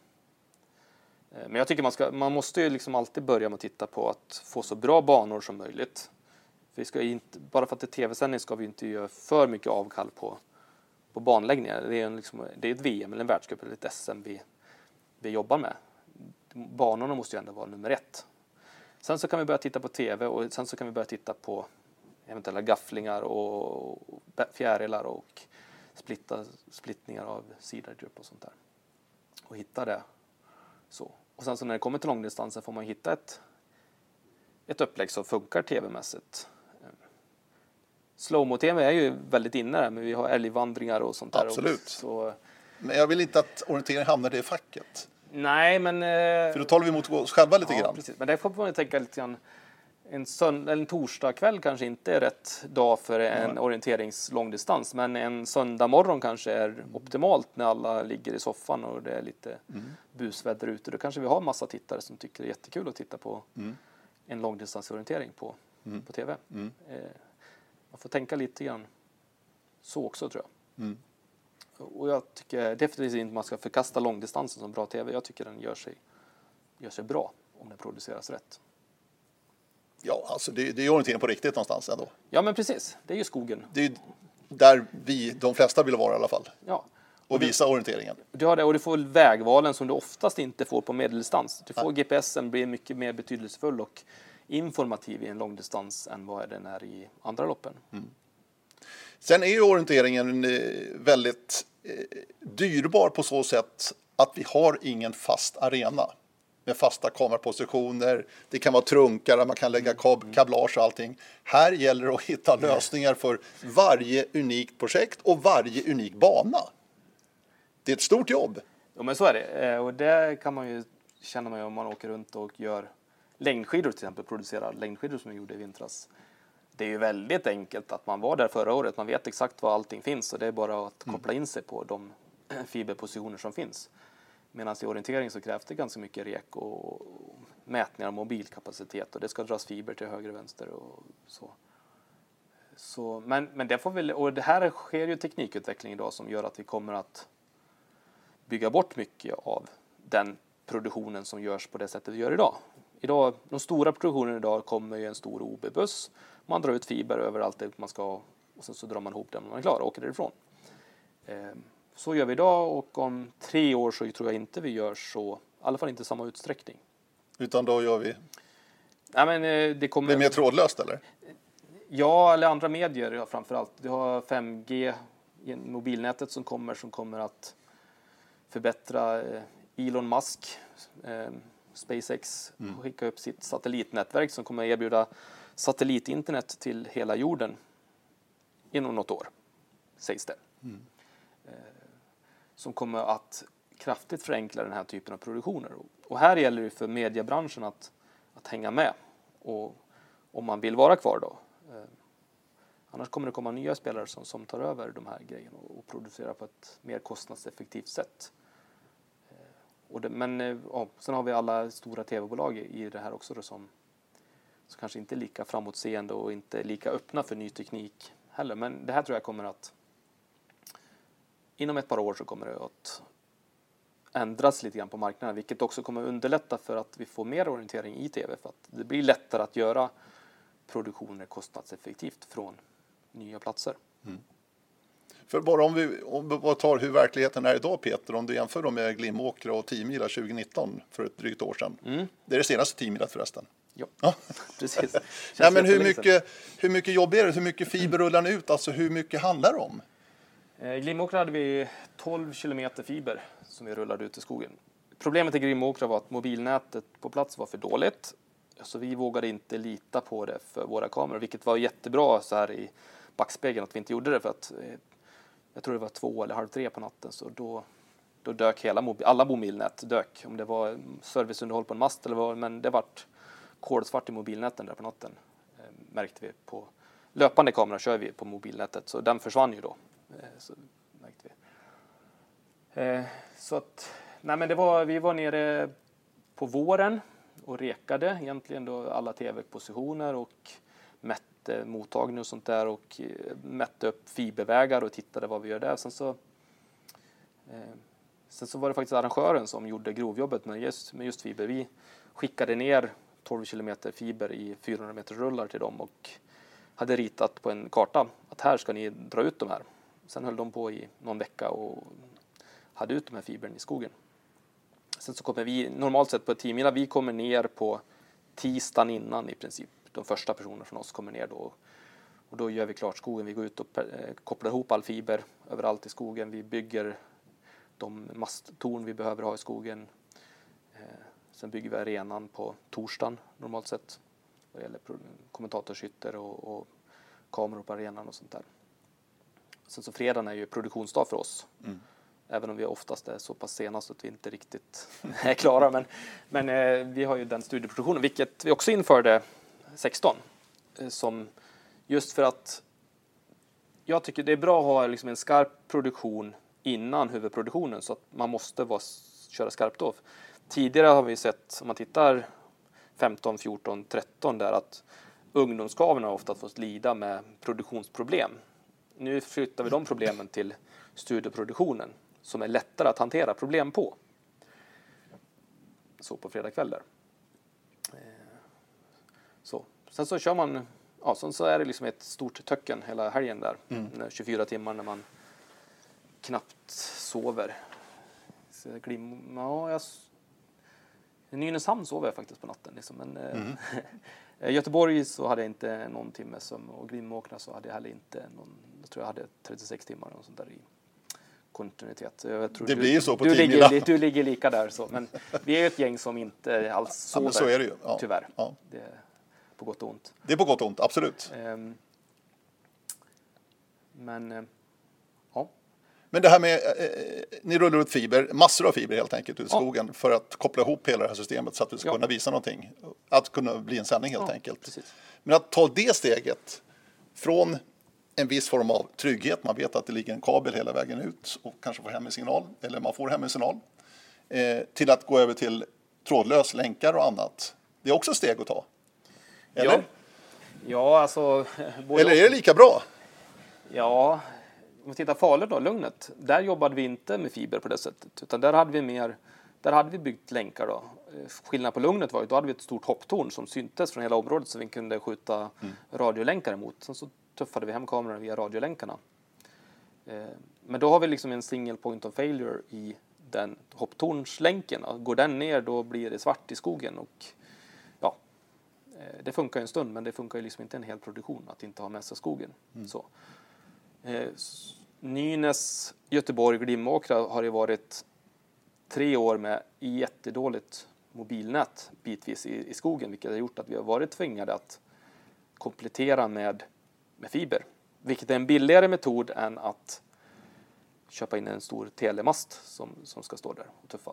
Speaker 2: Men jag tycker man måste ju liksom alltid börja med att titta på att få så bra banor som möjligt. För vi ska inte, bara för att det är tv-sändning ska vi inte göra för mycket avkall på banläggningar. Det är ett VM eller en världscup eller ett SM vi jobbar med. Banorna måste ju ändå vara nummer 1. Sen så kan vi börja titta på tv och sen så kan vi börja titta på eventuella gafflingar och fjärilar och splittningar av sidogrupp och sånt där. Och hitta det så. Och sen så när det kommer till långdistansen får man hitta ett upplägg som funkar tv-mässigt. Slowmo-tv är ju väldigt inne där, men vi har älgvandringar och sånt där.
Speaker 1: Absolut.
Speaker 2: Så...
Speaker 1: Men jag vill inte att orientering hamnar i det facket.
Speaker 2: Nej, men...
Speaker 1: För då talar vi mot oss själva lite grann.
Speaker 2: Precis. Men där får man tänka lite grann. En torsdagkväll kanske inte är rätt dag för en orienteringslångdistans, men en söndag morgon kanske är optimalt när alla ligger i soffan och det är lite busväder ute. Då kanske vi har massa tittare som tycker det är jättekul att titta på en långdistansorientering på tv. Man får tänka lite grann så också, tror jag. Och jag tycker definitivt inte man ska förkasta långdistansen som bra tv. Jag tycker den gör sig bra om den produceras rätt.
Speaker 1: Ja, alltså det är orientering på riktigt någonstans ändå.
Speaker 2: Ja, men precis. Det är ju skogen.
Speaker 1: Det är där de flesta vill vara i alla fall.
Speaker 2: Ja.
Speaker 1: Och visa orienteringen.
Speaker 2: Du har det, och du får vägvalen som du oftast inte får på medeldistans. Du får GPSen blir mycket mer betydelsefull och informativ i en långdistans än vad den är i andra loppen.
Speaker 1: Sen är ju orienteringen väldigt dyrbar på så sätt att vi har ingen fast arena med fasta kamerapositioner. Det kan vara trunkar där man kan lägga kablage och allting. Här gäller det att hitta lösningar för varje unikt projekt och varje unik bana. Det är ett stort jobb.
Speaker 2: Ja, men så är det. Och det kan man ju känna med om man åker runt och gör längdskidor till exempel, producerar längdskidor som vi gjorde i vintras. Det är ju väldigt enkelt att man var där förra året. Man vet exakt var allting finns och det är bara att koppla in sig på de fiberpositioner som finns. Medan i orientering så krävs det ganska mycket rek och mätningar av mobilkapacitet och det ska dras fiber till höger och vänster och så. Men det får väl, och det här sker ju teknikutveckling idag som gör att vi kommer att bygga bort mycket av den produktionen som görs på det sättet vi gör idag. De stora produktionerna idag kommer ju en stor OB-buss. Man drar ut fiber över allt det man ska och sen så drar man ihop den när man är klar och åker därifrån. Så gör vi idag och om 3 år så tror jag inte vi gör så, i alla fall inte i samma utsträckning.
Speaker 1: Utan då gör vi?
Speaker 2: Nej, men det är
Speaker 1: mer trådlöst eller?
Speaker 2: Ja, eller andra medier framförallt. Vi har 5G i mobilnätet som kommer att förbättra Elon Musk, SpaceX, skicka upp sitt satellitnätverk som kommer att erbjuda satellitinternet till hela jorden inom något år, sägs det. Som kommer att kraftigt förenkla den här typen av produktioner. Och här gäller det för mediebranschen att hänga med. Och om man vill vara kvar då. Annars kommer det komma nya spelare som tar över de här grejerna och producerar på ett mer kostnadseffektivt sätt. Sen har vi alla stora tv-bolag i det här också då, som kanske inte är lika framåtseende och inte lika öppna för ny teknik heller. Men det här tror jag kommer att inom ett par år så kommer det att ändras lite grann på marknaden, vilket också kommer underlätta för att vi får mer orientering i tv, för att det blir lättare att göra produktioner kostnadseffektivt från nya platser.
Speaker 1: För bara om vi tar hur verkligheten är idag, Peter, om du jämför då med Glimåkra och 10 mila 2019 för ett drygt år sedan. Det är det senaste 10 milat förresten.
Speaker 2: Ja, precis.
Speaker 1: Nej, men hur mycket jobb är det? Hur mycket fiber rullar ni ut? Alltså hur mycket handlar det om?
Speaker 2: I Glimåkra hade vi 12 kilometer fiber som vi rullade ut i skogen. Problemet i Glimåkra var att mobilnätet på plats var för dåligt. Så vi vågade inte lita på det för våra kameror, vilket var jättebra så här i backspegeln att vi inte gjorde det, för att jag tror det var 2 eller halv 3 på natten, så då dök alla mobilnät dök. Om det var serviceunderhåll på en mast eller vad, men det vart kolsvart i mobilnäten där på natten. Märkte vi på löpande kamera kör vi på mobilnätet, så den försvann ju då. Så märkte vi. Så att vi var nere på våren och rekade egentligen då alla tv-positioner och mätte mottagning och sånt där och mätte upp fibervägar och tittade vad vi gör där. Sen så var det faktiskt arrangören som gjorde grovjobbet med just fiber. Vi skickade ner 12 kilometer fiber i 400 meter rullar till dem och hade ritat på en karta att här ska ni dra ut de här. Sen höll de på i någon vecka och hade ut de här fibern i skogen. Sen så kommer vi, normalt sett på 10 mila, vi kommer ner på tisdagen innan i princip. De första personerna från oss kommer ner då. Och då gör vi klart skogen. Vi går ut och kopplar ihop all fiber överallt i skogen. Vi bygger de masttorn vi behöver ha i skogen. Sen bygger vi arenan på torsdagen normalt sett. Vad gäller kommentatorshytter och kameror på arenan och sånt där. Sen så fredagen är ju produktionsdag för oss. Även om vi oftast är så pass sena så att vi inte riktigt är klara. Men vi har ju den studieproduktionen, vilket vi också införde 16. Som just för att jag tycker det är bra att ha liksom en skarp produktion innan huvudproduktionen, så att man måste köra skarpt då. Tidigare har vi sett, om man tittar 15, 14, 13 där, att ungdomskamerorna ofta fått lida med produktionsproblem. Nu flyttar vi de problemen till studioproduktionen som är lättare att hantera problem på. Så på fredagskvällar. Så. Sen så kör man, så är det liksom ett stort töcken hela helgen där. 24 timmar när man knappt sover. Nynäshamn sover jag faktiskt på natten. Liksom. Men Göteborg så hade jag inte någon timme sömn, och Glimåkra så hade jag heller inte någon. Jag tror jag hade 36 timmar och sånt där i kontinuitet. Jag tror
Speaker 1: det blir ju så på 10 mila.
Speaker 2: Du ligger lika där så, men vi är ju ett gäng som inte alls sover.
Speaker 1: Men så är det ju. Ja.
Speaker 2: Tyvärr.
Speaker 1: Ja.
Speaker 2: Det är på gott och ont.
Speaker 1: Det är på gott och ont, absolut. Men det här med, ni rullar ut fiber, massor av fiber helt enkelt ut i skogen för att koppla ihop hela det här systemet så att vi ska kunna visa någonting. Att kunna bli en sändning helt enkelt.
Speaker 2: Precis.
Speaker 1: Men att ta det steget från en viss form av trygghet, man vet att det ligger en kabel hela vägen ut och kanske får hem en signal, eller man får hem en signal, till att gå över till trådlös länkar och annat. Det är också steg att ta. Eller?
Speaker 2: Ja, alltså...
Speaker 1: Eller är det lika bra?
Speaker 2: Ja, om vi tittar Falun då, Lugnet, där jobbade vi inte med fiber på det sättet, utan där hade vi byggt länkar då. Skillnaden på Lugnet var ju, då hade vi ett stort hopptorn som syntes från hela området så vi kunde skjuta radiolänkar emot. Sen så tuffade vi hem kamerorna via radiolänkarna. Men då har vi liksom en single point of failure i den hopptornslänken. Går den ner då blir det svart i skogen och det funkar en stund, men det funkar ju liksom inte en hel produktion att inte ha med sig skogen. Så. Nynäs, Göteborg, Glimåkra har ju varit 3 år med jättedåligt mobilnät bitvis i skogen, vilket har gjort att vi har varit tvingade att komplettera med fiber. Vilket är en billigare metod än att köpa in en stor telemast som ska stå där och tuffa.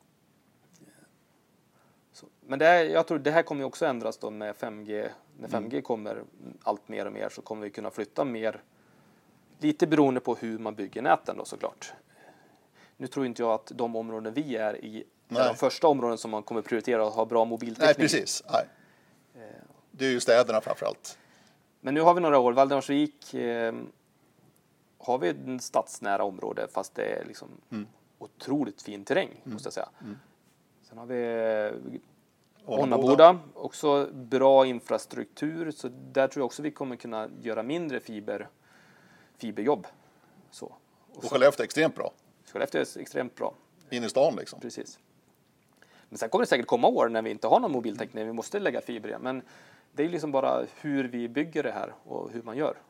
Speaker 2: Så. Men jag tror det här kommer också ändras då med 5G. När 5G kommer allt mer och mer så kommer vi kunna flytta mer, lite beroende på hur man bygger näten då såklart. Nu tror inte jag att de områden vi är i är de första områden som man kommer prioritera att ha bra mobiltäckning.
Speaker 1: Nej, precis. Nej. Det är ju städerna framförallt.
Speaker 2: Men nu har vi några år. Valdemarsvik har vi en stadsnära område, fast det är liksom otroligt fin terräng, måste jag säga. Sen har vi Ånnaboda, också bra infrastruktur, så där tror jag också vi kommer kunna göra mindre fiberjobb. Så.
Speaker 1: Och Skellefteå är extremt bra.
Speaker 2: Skellefteå är extremt bra.
Speaker 1: In i stan liksom.
Speaker 2: Precis. Men sen kommer det säkert komma år när vi inte har någon mobiltäckning, vi måste lägga fiber i. Men det är liksom bara hur vi bygger det här och hur man gör.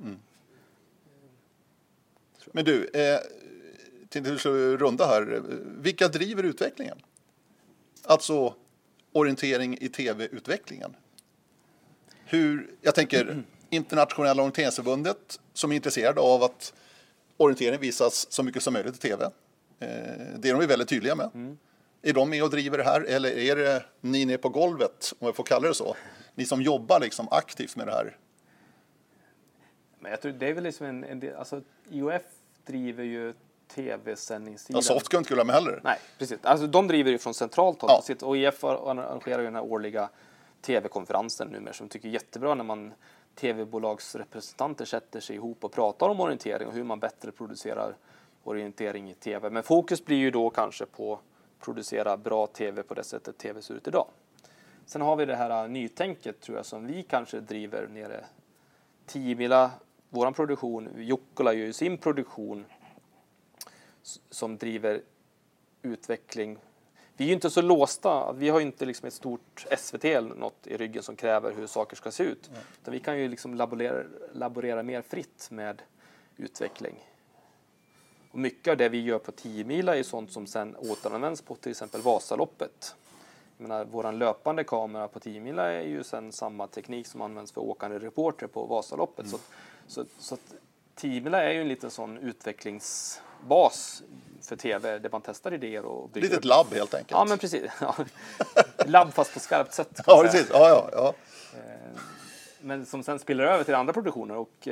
Speaker 1: Men du, tänkte du skulle runda här. Vilka driver utvecklingen? Alltså orientering i tv-utvecklingen. Jag tänker Internationella orienteringsförbundet som är intresserade av att orientering visas så mycket som möjligt i tv. Det är de väldigt tydliga med. Är de med och driver det här eller är det ni ner på golvet, om jag får kalla det så? Ni som jobbar liksom aktivt med det här.
Speaker 2: Men jag tror det är väl liksom en del, alltså IOF driver ju tv-sändningssidan.
Speaker 1: Ja, Soft ska inte glömma heller.
Speaker 2: Nej, precis. Alltså de driver ju från centralt håll. Ja. Och IF arrangerar ju den här årliga tv-konferensen numera som tycker jättebra när man tv-bolagsrepresentanter sätter sig ihop och pratar om orientering och hur man bättre producerar orientering i tv. Men fokus blir ju då kanske på att producera bra tv på det sättet tv ser ut idag. Sen har vi det här nytänket tror jag som vi kanske driver nere 10 mila, våran produktion, Jukkola gör ju sin produktion som driver utveckling. Vi är ju inte så låsta, vi har ju inte liksom ett stort SVT eller något i ryggen som kräver hur saker ska se ut. Utan vi kan ju liksom laborera mer fritt med utveckling. Och mycket av det vi gör på 10 mila är sånt som sen återanvänds på till exempel Vasaloppet. Jag menar, våran löpande kamera på 10 mila är ju sen samma teknik som används för åkande reporter på Vasaloppet. Så att 10 mila är ju en liten sån utvecklingsbas för tv där man testar idéer och bygger.
Speaker 1: Litet labb helt enkelt.
Speaker 2: Ja, men precis. Ja. Labb fast på skarpt sätt.
Speaker 1: Ja, precis. Ja.
Speaker 2: Men som sen spiller över till andra produktioner och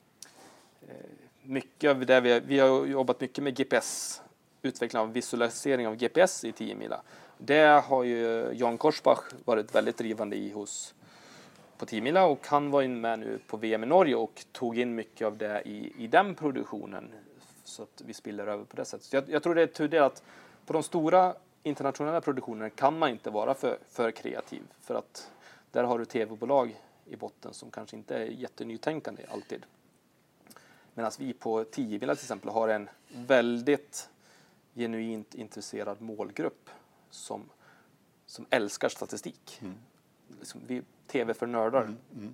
Speaker 2: mycket av det vi har jobbat mycket med GPS, utveckling av visualisering av GPS i 10 mila. Det har ju Jan Korsbach varit väldigt drivande i på 10 mila och han var in med nu på VM i Norge och tog in mycket av det i den produktionen så att vi spiller över på det sättet. Så jag tror det är tudelat. På de stora internationella produktionerna kan man inte vara för kreativ för att där har du tv-bolag i botten som kanske inte är jättenytänkande alltid. Medan vi på 10 mila till exempel har en väldigt genuint intresserad målgrupp som älskar statistik. Liksom vi tv för nördar.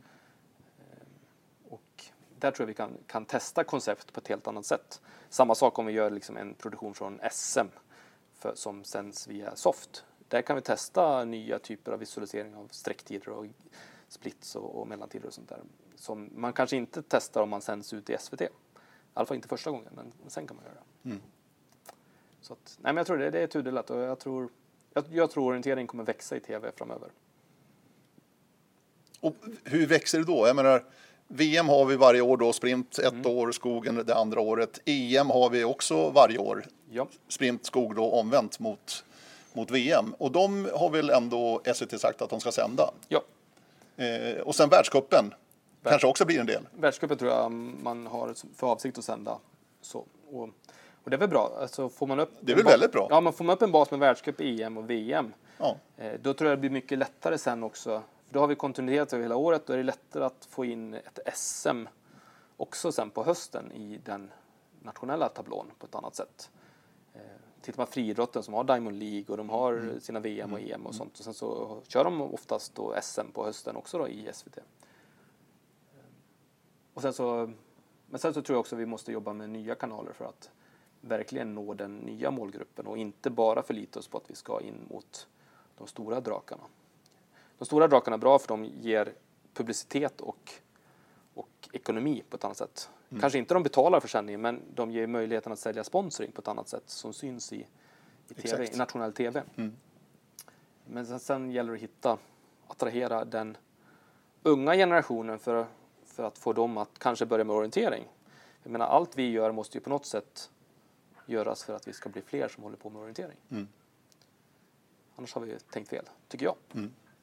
Speaker 2: Och där tror jag vi kan testa koncept på ett helt annat sätt. Samma sak om vi gör liksom en produktion från SM som sänds via Soft. Där kan vi testa nya typer av visualisering av sträcktider och splits och mellantider och sånt där. Som man kanske inte testar om man sänds ut i SVT. I alla fall inte första gången, men sen kan man göra det. Så att, nej, men jag tror det är tudelat och jag tror orientering kommer växa i tv framöver.
Speaker 1: Och hur växer det då? Jag menar, VM har vi varje år då, sprint ett år, skogen det andra året. EM har vi också varje år.
Speaker 2: Ja.
Speaker 1: Sprint, skog då omvänt mot VM. Och de har väl ändå SVT sagt att de ska sända.
Speaker 2: Ja.
Speaker 1: Och sen världscupen kanske också blir en del.
Speaker 2: Världscupen tror jag man har för avsikt att sända. Så. Och det är väl bra. Alltså får man upp
Speaker 1: det är väl väldigt bra.
Speaker 2: Ja, man får man upp en bas med världscup, EM och VM.
Speaker 1: Ja.
Speaker 2: Då tror jag det blir mycket lättare sen också. För då har vi kontinuitet över hela året. Då är det lättare att få in ett SM också sen på hösten i den nationella tablån på ett annat sätt. Tittar man friidrotten som har Diamond League och de har sina VM och EM och sånt. Och sen så kör de oftast då SM på hösten också då i SVT. Men sen så tror jag också vi måste jobba med nya kanaler för att verkligen nå den nya målgruppen och inte bara förlita oss på att vi ska in mot de stora drakarna. De stora drakarna är bra för de ger publicitet och ekonomi på ett annat sätt. Kanske inte de betalar för sändningen, men de ger möjligheten att sälja sponsring på ett annat sätt som syns i TV, i nationell tv. Men sen gäller det att attrahera den unga generationen för att få dem att kanske börja med orientering. Jag menar, allt vi gör måste ju på något sätt göras för att vi ska bli fler som håller på med orientering. Annars har vi tänkt fel, tycker jag.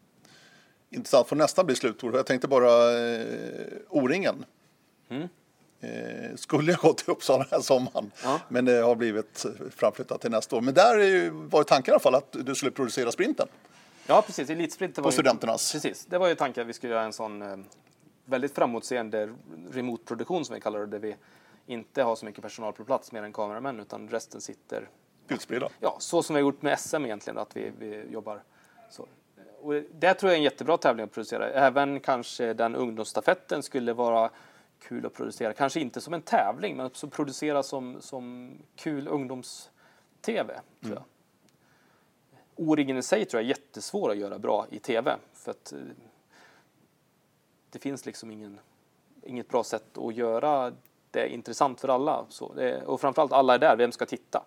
Speaker 1: Intressant, får nästan bli slutord. Jag tänkte bara O-ringen. skulle jag gå till Uppsala den här sommaren. Ja. Men det har blivit framflyttat till nästa år. Men där var tanken i alla fall att du skulle producera sprinten.
Speaker 2: Ja, precis. Elitsprinten var
Speaker 1: på studenternas.
Speaker 2: Precis. Det var ju tanken att vi skulle göra en sån väldigt framåtseende remote-produktion som vi kallar det. Där vi inte har så mycket personal på plats mer än kameramän. Utan resten sitter
Speaker 1: utspridda.
Speaker 2: Ja, så som vi har gjort med SM egentligen. Att vi jobbar så. Och det tror jag är en jättebra tävling att producera. Även kanske den ungdomsstafetten skulle vara kul att producera. Kanske inte som en tävling, men också producera som kul ungdoms-tv, tror jag. O-ringen i sig tror jag är jättesvår att göra bra i tv. För att det finns liksom inget bra sätt att göra det intressant för alla. Och framförallt alla är där, vem ska titta?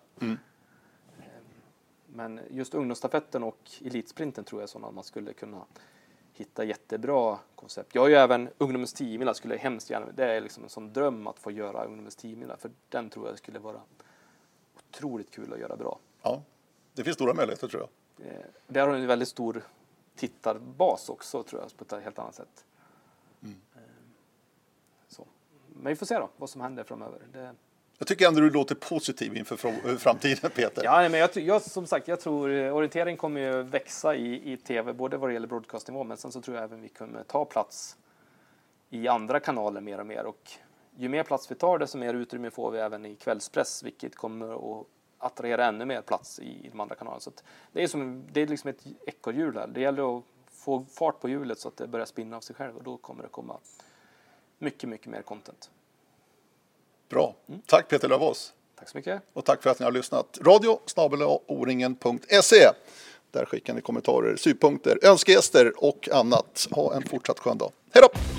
Speaker 2: Men just ungdomsstafetten och elitsprinten tror jag är sådana man skulle kunna hitta jättebra koncept. Jag har ju även ungdomens 10-mila skulle jag hemskt gärna. Det är liksom en sån dröm att få göra ungdomens 10-mila. För den tror jag skulle vara otroligt kul att göra bra.
Speaker 1: Ja, det finns stora möjligheter tror jag.
Speaker 2: Där har en väldigt stor tittarbas också tror jag på ett helt annat sätt. Så. Men vi får se då vad som händer framöver.
Speaker 1: Jag tycker ändå du låter positiv inför framtiden, Peter.
Speaker 2: Ja, men jag som sagt, jag tror orientering kommer ju växa i tv, både vad det gäller broadcastnivå, men sen så tror jag även vi kommer ta plats i andra kanaler mer och mer. Och ju mer plats vi tar, desto mer utrymme får vi även i kvällspress, vilket kommer att attrahera ännu mer plats i de andra kanalerna. Så att det är liksom ett ekorrhjul där. Det gäller att få fart på hjulet så att det börjar spinna av sig själv, och då kommer det komma mycket, mycket mer content.
Speaker 1: Bra. Tack Peter Lövås.
Speaker 2: Tack så mycket.
Speaker 1: Och tack för att ni har lyssnat. radio@oringen.se. Där skickar ni kommentarer, synpunkter, önskegäster och annat. Ha en fortsatt skön dag. Hej då!